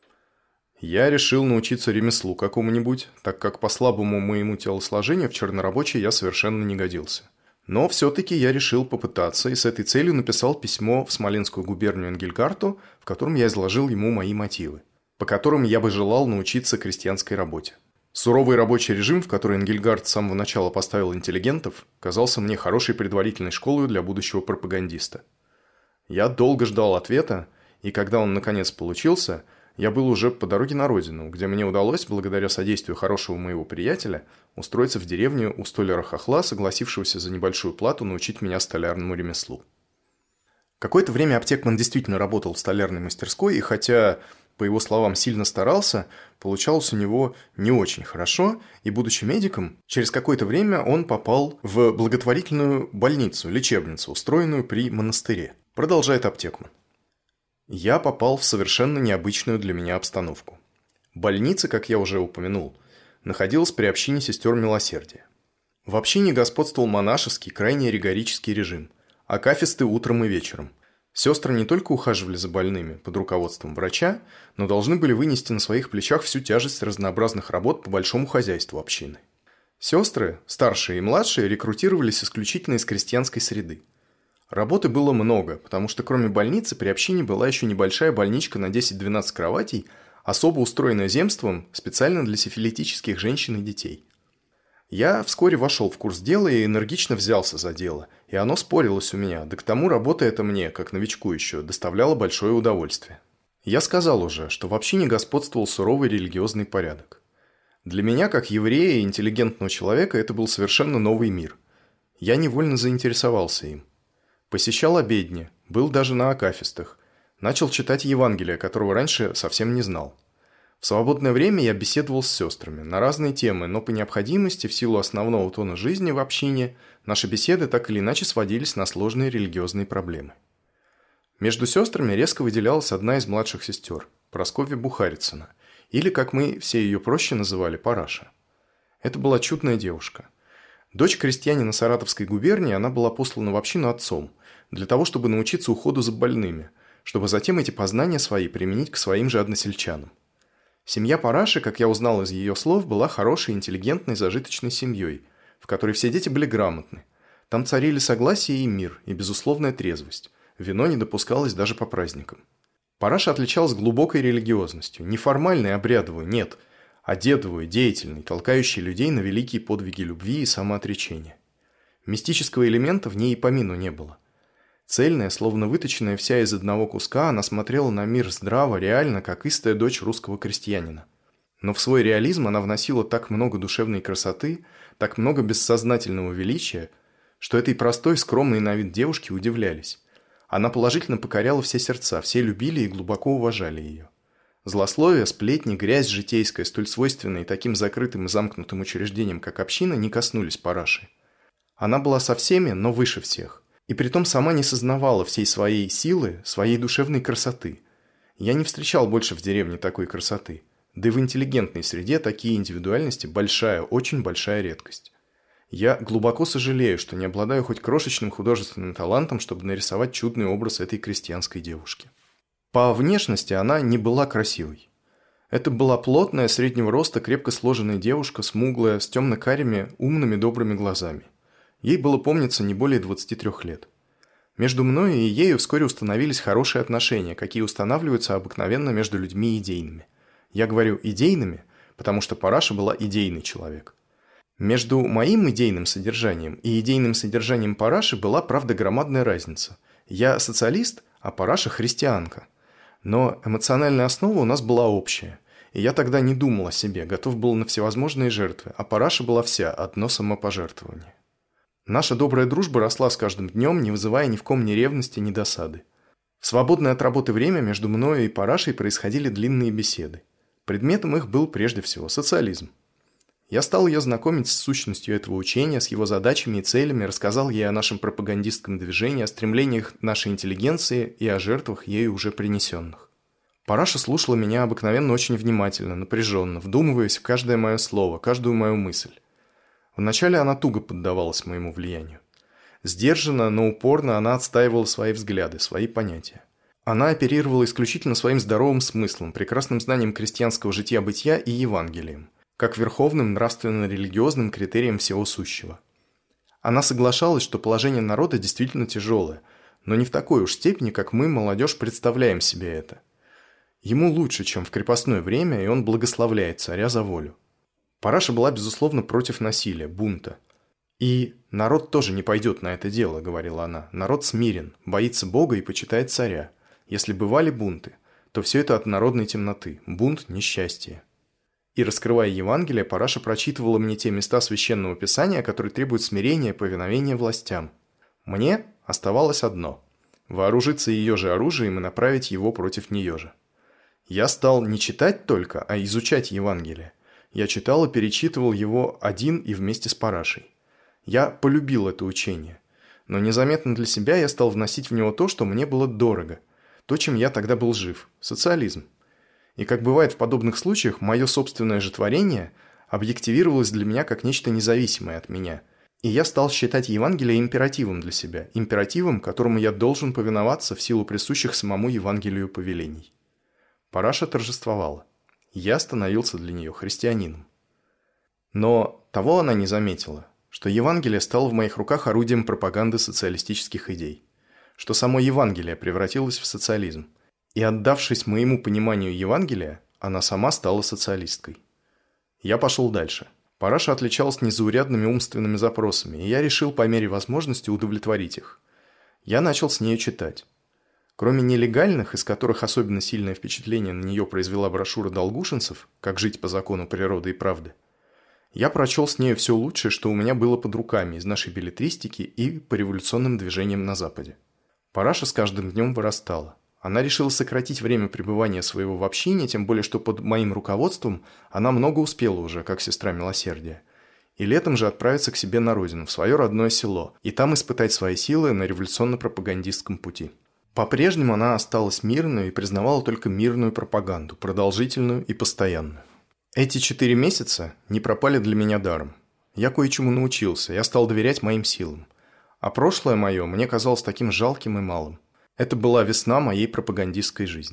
C: Я решил научиться ремеслу какому-нибудь, так как по слабому моему телосложению в чернорабочий я совершенно не годился. Но все-таки я решил попытаться и с этой целью написал письмо в Смоленскую губернию Энгельгарту, в котором я изложил ему мои мотивы, по которым я бы желал научиться крестьянской работе. Суровый рабочий режим, в который Энгельгарт с самого начала поставил интеллигентов, казался мне хорошей предварительной школой для будущего пропагандиста. Я долго ждал ответа, и когда он наконец получился, я был уже по дороге на родину, где мне удалось, благодаря содействию хорошего моего приятеля, устроиться в деревню у столяра-хохла, согласившегося за небольшую плату научить меня столярному ремеслу. Какое-то время Аптекман действительно работал в столярной мастерской, и хотя, по его словам, сильно старался, получалось у него не очень хорошо, и, будучи медиком, через какое-то время он попал в благотворительную больницу, лечебницу, устроенную при монастыре. Продолжает Аптекман. Я попал в совершенно необычную для меня обстановку. Больница, как я уже упомянул, находилась при общине сестер Милосердия. В общине господствовал монашеский, крайне ригорический режим, акафисты утром и вечером. Сестры не только ухаживали за больными под руководством врача, но должны были вынести на своих плечах всю тяжесть разнообразных работ по большому хозяйству общины. Сестры, старшие и младшие, рекрутировались исключительно из крестьянской среды. Работы было много, потому что кроме больницы при общине была еще небольшая больничка на 10-12 кроватей, особо устроенная земством специально для сифилитических женщин и детей. Я вскоре вошел в курс дела и энергично взялся за дело, и оно спорилось у меня, да к тому работа эта мне, как новичку еще, доставляла большое удовольствие. Я сказал уже, что в общине господствовал суровый религиозный порядок. Для меня, как еврея и интеллигентного человека, это был совершенно новый мир. Я невольно заинтересовался им. Посещал обедни, был даже на акафистах, начал читать Евангелие, которого раньше совсем не знал. В свободное время я беседовал с сестрами на разные темы, но по необходимости, в силу основного тона жизни в общине, наши беседы так или иначе сводились на сложные религиозные проблемы. Между сестрами резко выделялась одна из младших сестер, Прасковья Бухарицына, или, как мы все ее проще называли, Параша. Это была чудная девушка. Дочь крестьянина Саратовской губернии, она была послана в общину отцом, для того, чтобы научиться уходу за больными, чтобы затем эти познания свои применить к своим же односельчанам. Семья Параши, как я узнал из ее слов, была хорошей, интеллигентной, зажиточной семьей, в которой все дети были грамотны. Там царили согласие и мир, и безусловная трезвость. Вино не допускалось даже по праздникам. Параша отличалась глубокой религиозностью, не формальной, обрядовой, нет, а дедовой, деятельной, толкающей людей на великие подвиги любви и самоотречения. Мистического элемента в ней и помину не было. Цельная, словно выточенная вся из одного куска, она смотрела на мир здраво, реально, как истая дочь русского крестьянина. Но в свой реализм она вносила так много душевной красоты, так много бессознательного величия, что этой простой, скромной на вид девушке удивлялись. Она положительно покоряла все сердца, все любили и глубоко уважали ее. Злословие, сплетни, грязь житейская, столь свойственные таким закрытым и замкнутым учреждениям, как община, не коснулись Параши. Она была со всеми, но выше всех. И притом сама не сознавала всей своей силы, своей душевной красоты. Я не встречал больше в деревне такой красоты. Да и в интеллигентной среде такие индивидуальности большая, очень большая редкость. Я глубоко сожалею, что не обладаю хоть крошечным художественным талантом, чтобы нарисовать чудный образ этой крестьянской девушки. По внешности она не была красивой. Это была плотная, среднего роста, крепко сложенная девушка, смуглая, с темно-карими, умными, добрыми глазами. Ей было, помнится, не более 23 лет. Между мной и ею вскоре установились хорошие отношения, какие устанавливаются обыкновенно между людьми идейными. Я говорю «идейными», потому что Параша была идейный человек. Между моим идейным содержанием и идейным содержанием Параши была, правда, громадная разница. Я социалист, а Параша христианка. Но эмоциональная основа у нас была общая. И я тогда не думал о себе, готов был на всевозможные жертвы, а Параша была вся одно самопожертвование. Наша добрая дружба росла с каждым днем, не вызывая ни в ком ни ревности, ни досады. В свободное от работы время между мною и Парашей происходили длинные беседы. Предметом их был прежде всего социализм. Я стал ее знакомить с сущностью этого учения, с его задачами и целями, рассказал ей о нашем пропагандистском движении, о стремлениях нашей интеллигенции и о жертвах ею уже принесенных. Параша слушала меня обыкновенно очень внимательно, напряженно, вдумываясь в каждое мое слово, каждую мою мысль. Вначале она туго поддавалась моему влиянию. Сдержанно, но упорно она отстаивала свои взгляды, свои понятия. Она оперировала исключительно своим здоровым смыслом, прекрасным знанием крестьянского жития-бытия и Евангелием, как верховным нравственно-религиозным критерием всего сущего. Она соглашалась, что положение народа действительно тяжелое, но не в такой уж степени, как мы, молодежь, представляем себе это. Ему лучше, чем в крепостное время, и он благословляет царя за волю. Параша была, безусловно, против насилия, бунта. «И народ тоже не пойдет на это дело», — говорила она. «Народ смирен, боится Бога и почитает царя. Если бывали бунты, то все это от народной темноты, бунт – несчастье». И, раскрывая Евангелие, Параша прочитывала мне те места Священного Писания, которые требуют смирения и повиновения властям. Мне оставалось одно – вооружиться ее же оружием и направить его против нее же. Я стал не читать только, а изучать Евангелие. Я читал и перечитывал его один и вместе с Парашей. Я полюбил это учение, но незаметно для себя я стал вносить в него то, что мне было дорого, то, чем я тогда был жив – социализм. И как бывает в подобных случаях, мое собственное же творение объективировалось для меня как нечто независимое от меня, и я стал считать Евангелие императивом для себя, императивом, которому я должен повиноваться в силу присущих самому Евангелию повелений. Параша торжествовала. Я становился для нее христианином. Но того она не заметила, что Евангелие стало в моих руках орудием пропаганды социалистических идей, что само Евангелие превратилось в социализм, и, отдавшись моему пониманию Евангелия, она сама стала социалисткой. Я пошел дальше. Параша отличалась незаурядными умственными запросами, и я решил по мере возможности удовлетворить их. Я начал с нею читать. Кроме нелегальных, из которых особенно сильное впечатление на нее произвела брошюра долгушинцев «Как жить по закону природы и правды», я прочел с нею все лучшее, что у меня было под руками из нашей беллетристики и по революционным движениям на Западе. Параша с каждым днем вырастала. Она решила сократить время пребывания своего в общине, тем более, что под моим руководством она много успела уже, как сестра милосердия. И летом же отправиться к себе на родину, в свое родное село, и там испытать свои силы на революционно-пропагандистском пути. По-прежнему она осталась мирной и признавала только мирную пропаганду, продолжительную и постоянную. Эти 4 месяца не пропали для меня даром. Я кое-чему научился, я стал доверять моим силам. А прошлое мое мне казалось таким жалким и малым. Это была весна моей пропагандистской жизни.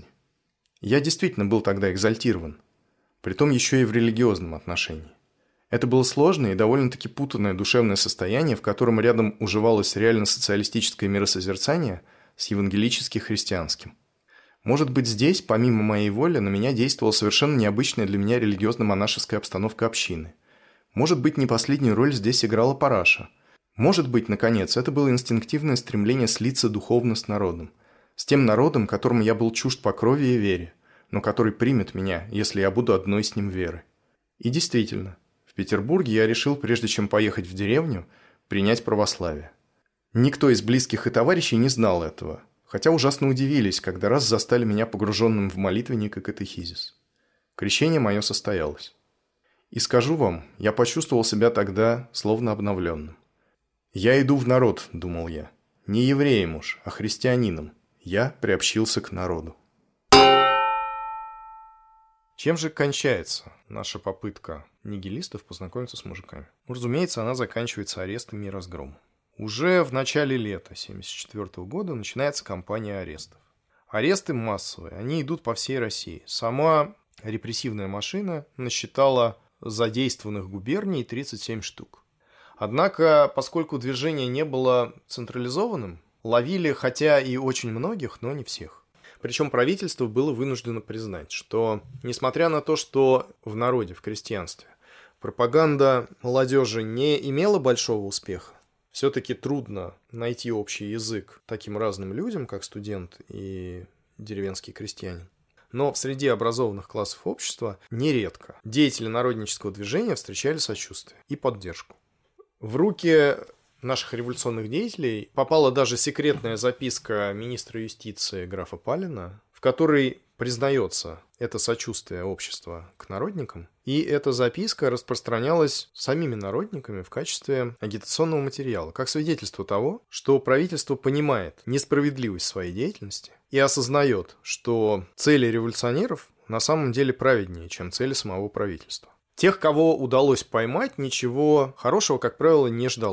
C: Я действительно был тогда экзальтирован, притом еще и в религиозном отношении. Это было сложное и довольно-таки путанное душевное состояние, в котором рядом уживалось реально-социалистическое миросозерцание с евангелически-христианским. Может быть, здесь, помимо моей воли, на меня действовала совершенно необычная для меня религиозно-монашеская обстановка общины. Может быть, не последнюю роль здесь играла Параша. Может быть, наконец, это было инстинктивное стремление слиться духовно с народом. С тем народом, которому я был чужд по крови и вере, но который примет меня, если я буду одной с ним веры. И действительно, в Петербурге я решил, прежде чем поехать в деревню, принять православие. Никто из близких и товарищей не знал этого, хотя ужасно удивились, когда раз застали меня погруженным в молитвенник и катехизис. Крещение мое состоялось. И скажу вам, я почувствовал себя тогда словно обновленным. «Я иду в народ», — думал я. «Не евреем уж, а христианином. Я приобщился к народу».
A: Чем же кончается наша попытка нигилистов познакомиться с мужиками? Разумеется, она заканчивается арестами и разгромом. Уже в начале лета 1974 года начинается кампания арестов. Аресты массовые, они идут по всей России. Сама репрессивная машина насчитала задействованных губерний 37 штук. Однако, поскольку движение не было централизованным, ловили хотя и очень многих, но не всех. Причем правительство было вынуждено признать, что, несмотря на то, что в народе, в крестьянстве, пропаганда молодежи не имела большого успеха, все-таки трудно найти общий язык таким разным людям, как студент и деревенский крестьянин. Но в среде образованных классов общества нередко деятели народнического движения встречали сочувствие и поддержку. В руки наших революционных деятелей попала даже секретная записка министра юстиции графа Палина, в которой признается это сочувствие общества к народникам, и эта записка распространялась самими народниками в качестве агитационного материала, как свидетельство того, что правительство понимает несправедливость своей деятельности и осознает, что цели революционеров на самом деле праведнее, чем цели самого правительства. Тех, кого удалось поймать, ничего хорошего, как правило, не ждало.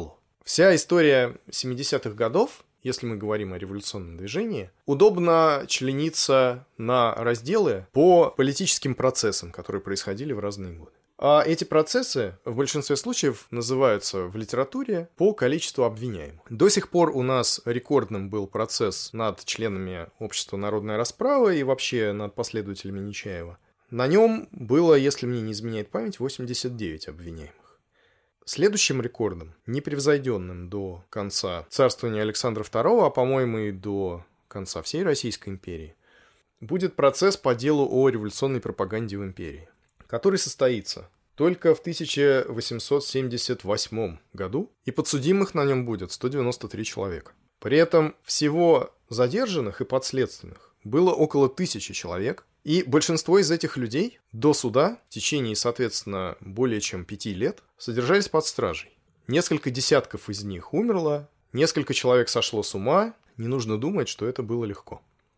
A: Вся история 70-х годов, если мы говорим о революционном движении, удобно члениться на разделы по политическим процессам, которые происходили в разные годы. А эти процессы в большинстве случаев называются в литературе по количеству обвиняемых. До сих пор у нас рекордным был процесс над членами общества «Народная расправа» и вообще над последователями Нечаева. На нем было, если мне не изменяет память, 89 обвиняемых. Следующим рекордом, непревзойденным до конца царствования Александра II, а, по-моему, и до конца всей Российской империи, будет процесс по делу о революционной пропаганде в империи, который состоится только в 1878 году, и подсудимых на нем будет 193 человека. При этом всего задержанных и подследственных было около 1000 человек, и большинство из этих людей до суда в течение, соответственно, более чем 5 лет содержались под стражей. Несколько десятков из них умерло, несколько человек сошло с ума. Не нужно думать, что это было легко.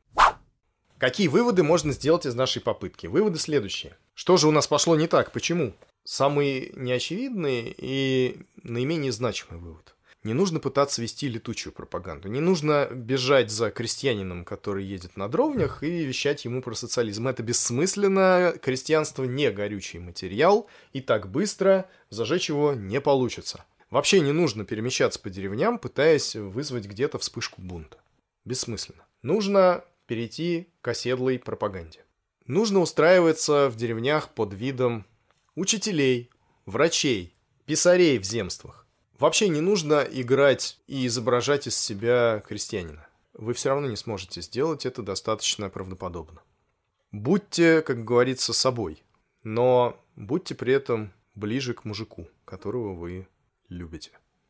A: Какие выводы можно сделать из нашей попытки? Выводы следующие. Что же у нас пошло не так? Почему? Самый неочевидный и наименее значимый вывод. Не нужно пытаться вести летучую пропаганду. Не нужно бежать за крестьянином, который едет на дровнях, и вещать ему про социализм. Это бессмысленно. Крестьянство не горючий материал, и так быстро зажечь его не получится. Вообще не нужно перемещаться по деревням, пытаясь вызвать где-то вспышку бунта. Бессмысленно. Нужно перейти к оседлой пропаганде. Нужно устраиваться в деревнях под видом учителей, врачей, писарей в земствах. Вообще не нужно играть и изображать из себя крестьянина. Вы все равно не сможете сделать это достаточно правдоподобно. Будьте, как говорится, собой, но будьте при этом ближе к мужику, которого вы любите.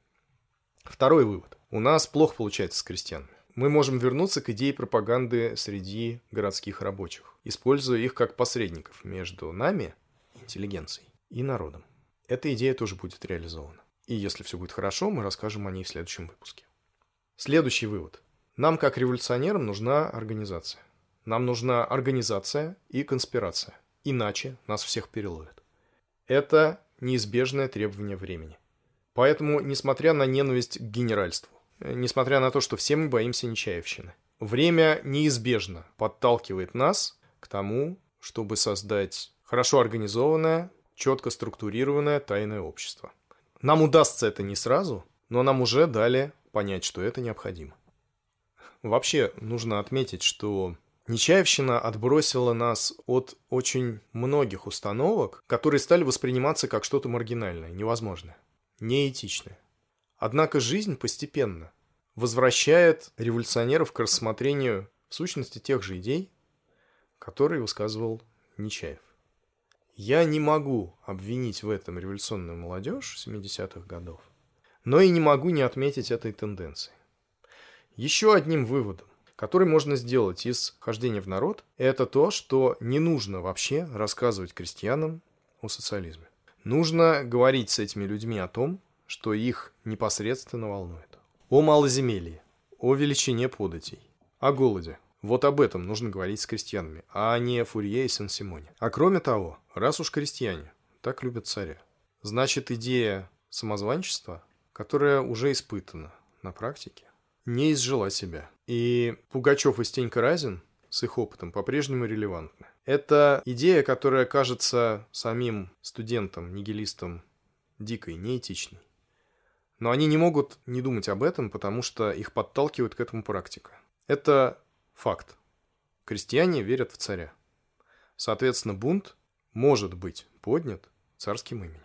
A: Второй вывод. У нас плохо получается с крестьянами. Мы можем вернуться к идее пропаганды среди городских рабочих, используя их как посредников между нами, интеллигенцией, и народом. Эта идея тоже будет реализована. И если все будет хорошо, мы расскажем о ней в следующем выпуске. Следующий вывод. Нам, как революционерам, нужна организация. Нам нужна организация и конспирация. Иначе нас всех переловят. Это неизбежное требование времени. Поэтому, несмотря на ненависть к генеральству, несмотря на то, что все мы боимся нечаевщины, время неизбежно подталкивает нас к тому, чтобы создать хорошо организованное, четко структурированное тайное общество. Нам удастся это не сразу, но нам уже дали понять, что это необходимо. Вообще, нужно отметить, что нечаевщина отбросила нас от очень многих установок, которые стали восприниматься как что-то маргинальное, невозможное, неэтичное. Однако жизнь постепенно возвращает революционеров к рассмотрению в сущности тех же идей, которые высказывал Нечаев. Я не могу обвинить в этом революционную молодежь 70-х годов, но и не могу не отметить этой тенденции. Еще одним выводом, который можно сделать из хождения в народ, это то, что не нужно вообще рассказывать крестьянам о социализме. Нужно говорить с этими людьми о том, что их непосредственно волнует. О малоземелье, о величине податей, о голоде. Вот об этом нужно говорить с крестьянами, а не Фурье и Сен-Симоне. А кроме того, раз уж крестьяне так любят царя, значит идея самозванчества, которая уже испытана на практике, не изжила себя. И Пугачев и Стенька Разин с их опытом по-прежнему релевантны. Это идея, которая кажется самим студентам, нигилистам дикой, неэтичной. Но они не могут не думать об этом, потому что их подталкивает к этому практика. Это факт. Крестьяне верят в царя. Соответственно, бунт может быть поднят царским именем.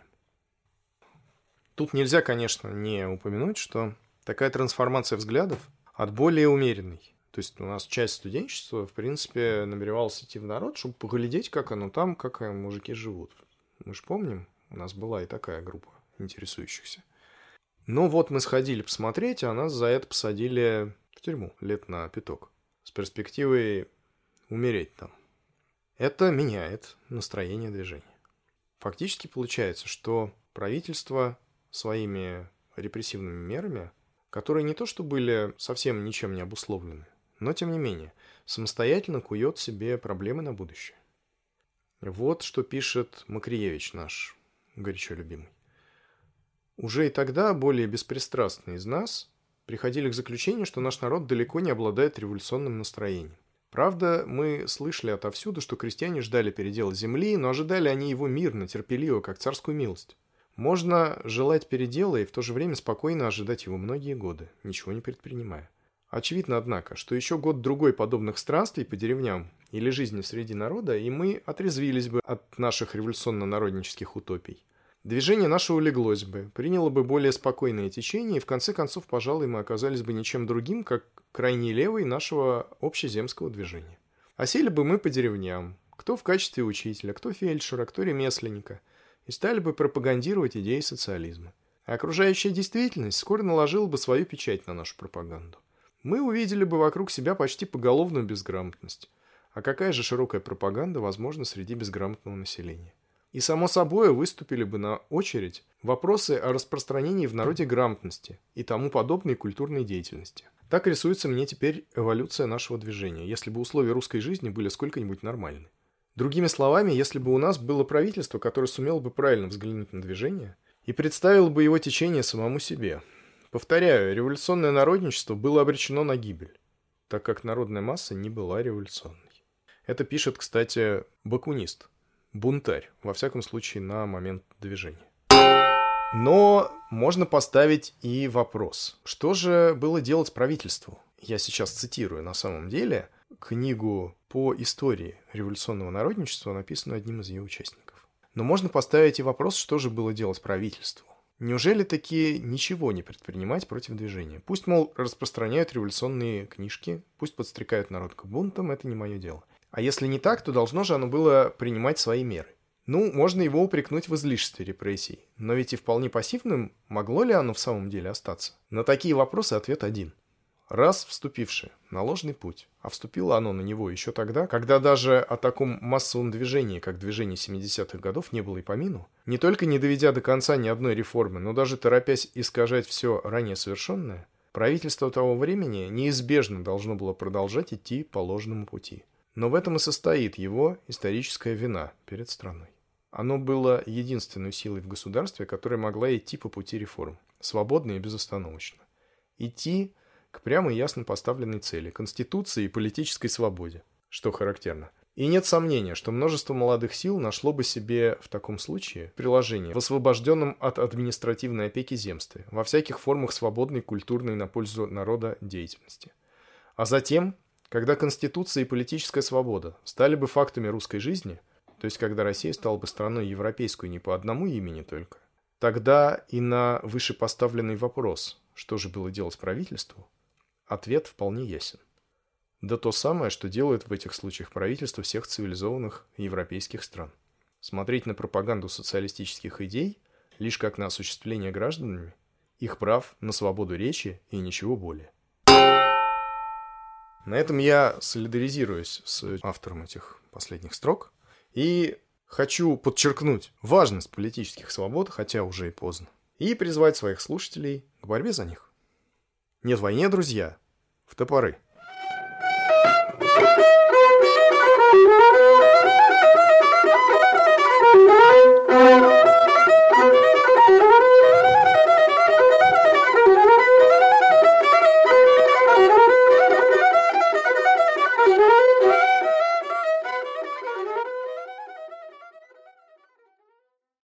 A: Тут нельзя, конечно, не упомянуть, что такая трансформация взглядов от более умеренной. То есть у нас часть студенчества, в принципе, намеревалась идти в народ, чтобы поглядеть, как оно там, как мужики живут. Мы же помним, у нас была и такая группа интересующихся. Но вот мы сходили посмотреть, а нас за это посадили в тюрьму лет на 5. С перспективой умереть там. Это меняет настроение движения. Фактически получается, что правительство своими репрессивными мерами, которые не то что были совсем ничем не обусловлены, но тем не менее самостоятельно кует себе проблемы на будущее. Вот что пишет Макриевич, наш горячо любимый. Уже и тогда более беспристрастные из нас приходили к заключению, что наш народ далеко не обладает революционным настроением. Правда, мы слышали отовсюду, что крестьяне ждали передела земли, но ожидали они его мирно, терпеливо, как царскую милость. Можно желать передела и в то же время спокойно ожидать его многие годы, ничего не предпринимая. Очевидно, однако, что еще год-другой подобных странствий по деревням или жизни среди народа, и мы отрезвились бы от наших революционно-народнических утопий. Движение наше улеглось бы, приняло бы более спокойное течение, и в конце концов, пожалуй, мы оказались бы ничем другим, как крайне левой нашего общеземского движения. Осели бы мы по деревням, кто в качестве учителя, кто фельдшера, кто ремесленника, и стали бы пропагандировать идеи социализма. А окружающая действительность скоро наложила бы свою печать на нашу пропаганду. Мы увидели бы вокруг себя почти поголовную безграмотность. А какая же широкая пропаганда возможна среди безграмотного населения? И, само собой, выступили бы на очередь вопросы о распространении в народе грамотности и тому подобной культурной деятельности. Так рисуется мне теперь эволюция нашего движения, если бы условия русской жизни были сколько-нибудь нормальны. Другими словами, если бы у нас было правительство, которое сумело бы правильно взглянуть на движение и представило бы его течение самому себе. Повторяю, революционное народничество было обречено на гибель, так как народная масса не была революционной. Это пишет, кстати, бакунист. Бунтарь, во всяком случае, на момент движения. Но можно поставить и вопрос. Что же было делать правительству? Я сейчас цитирую на самом деле книгу по истории революционного народничества, написанную одним из ее участников. Но можно поставить и вопрос, что же было делать правительству? Неужели таки ничего не предпринимать против движения? Пусть, мол, распространяют революционные книжки, пусть подстрекают народ к бунтам, это не мое дело. А если не так, то должно же оно было принимать свои меры. Ну, можно его упрекнуть в излишестве репрессий, но ведь и вполне пассивным могло ли оно в самом деле остаться? На такие вопросы ответ один. Раз вступившее на ложный путь, а вступило оно на него еще тогда, когда даже о таком массовом движении, как движение 70-х годов, не было и помину, не только не доведя до конца ни одной реформы, но даже торопясь искажать все ранее совершенное, правительство того времени неизбежно должно было продолжать идти по ложному пути. Но в этом и состоит его историческая вина перед страной. Оно было единственной силой в государстве, которая могла идти по пути реформ, свободно и безостановочно. Идти к прямо и ясно поставленной цели – конституции и политической свободе, что характерно. И нет сомнения, что множество молодых сил нашло бы себе в таком случае приложение в освобожденном от административной опеки земстве, во всяких формах свободной, культурной на пользу народа деятельности. А затем, когда конституция и политическая свобода стали бы фактами русской жизни, то есть когда Россия стала бы страной европейской не по одному имени только, тогда и на вышепоставленный вопрос, что же было делать правительству, ответ вполне ясен. Да то самое, что делают в этих случаях правительства всех цивилизованных европейских стран. Смотреть на пропаганду социалистических идей лишь как на осуществление гражданами их прав на свободу речи и ничего более. На этом я солидаризируюсь с автором этих последних строк и хочу подчеркнуть важность политических свобод, хотя уже и поздно, и призвать своих слушателей к борьбе за них. Нет войне, друзья, в топоры.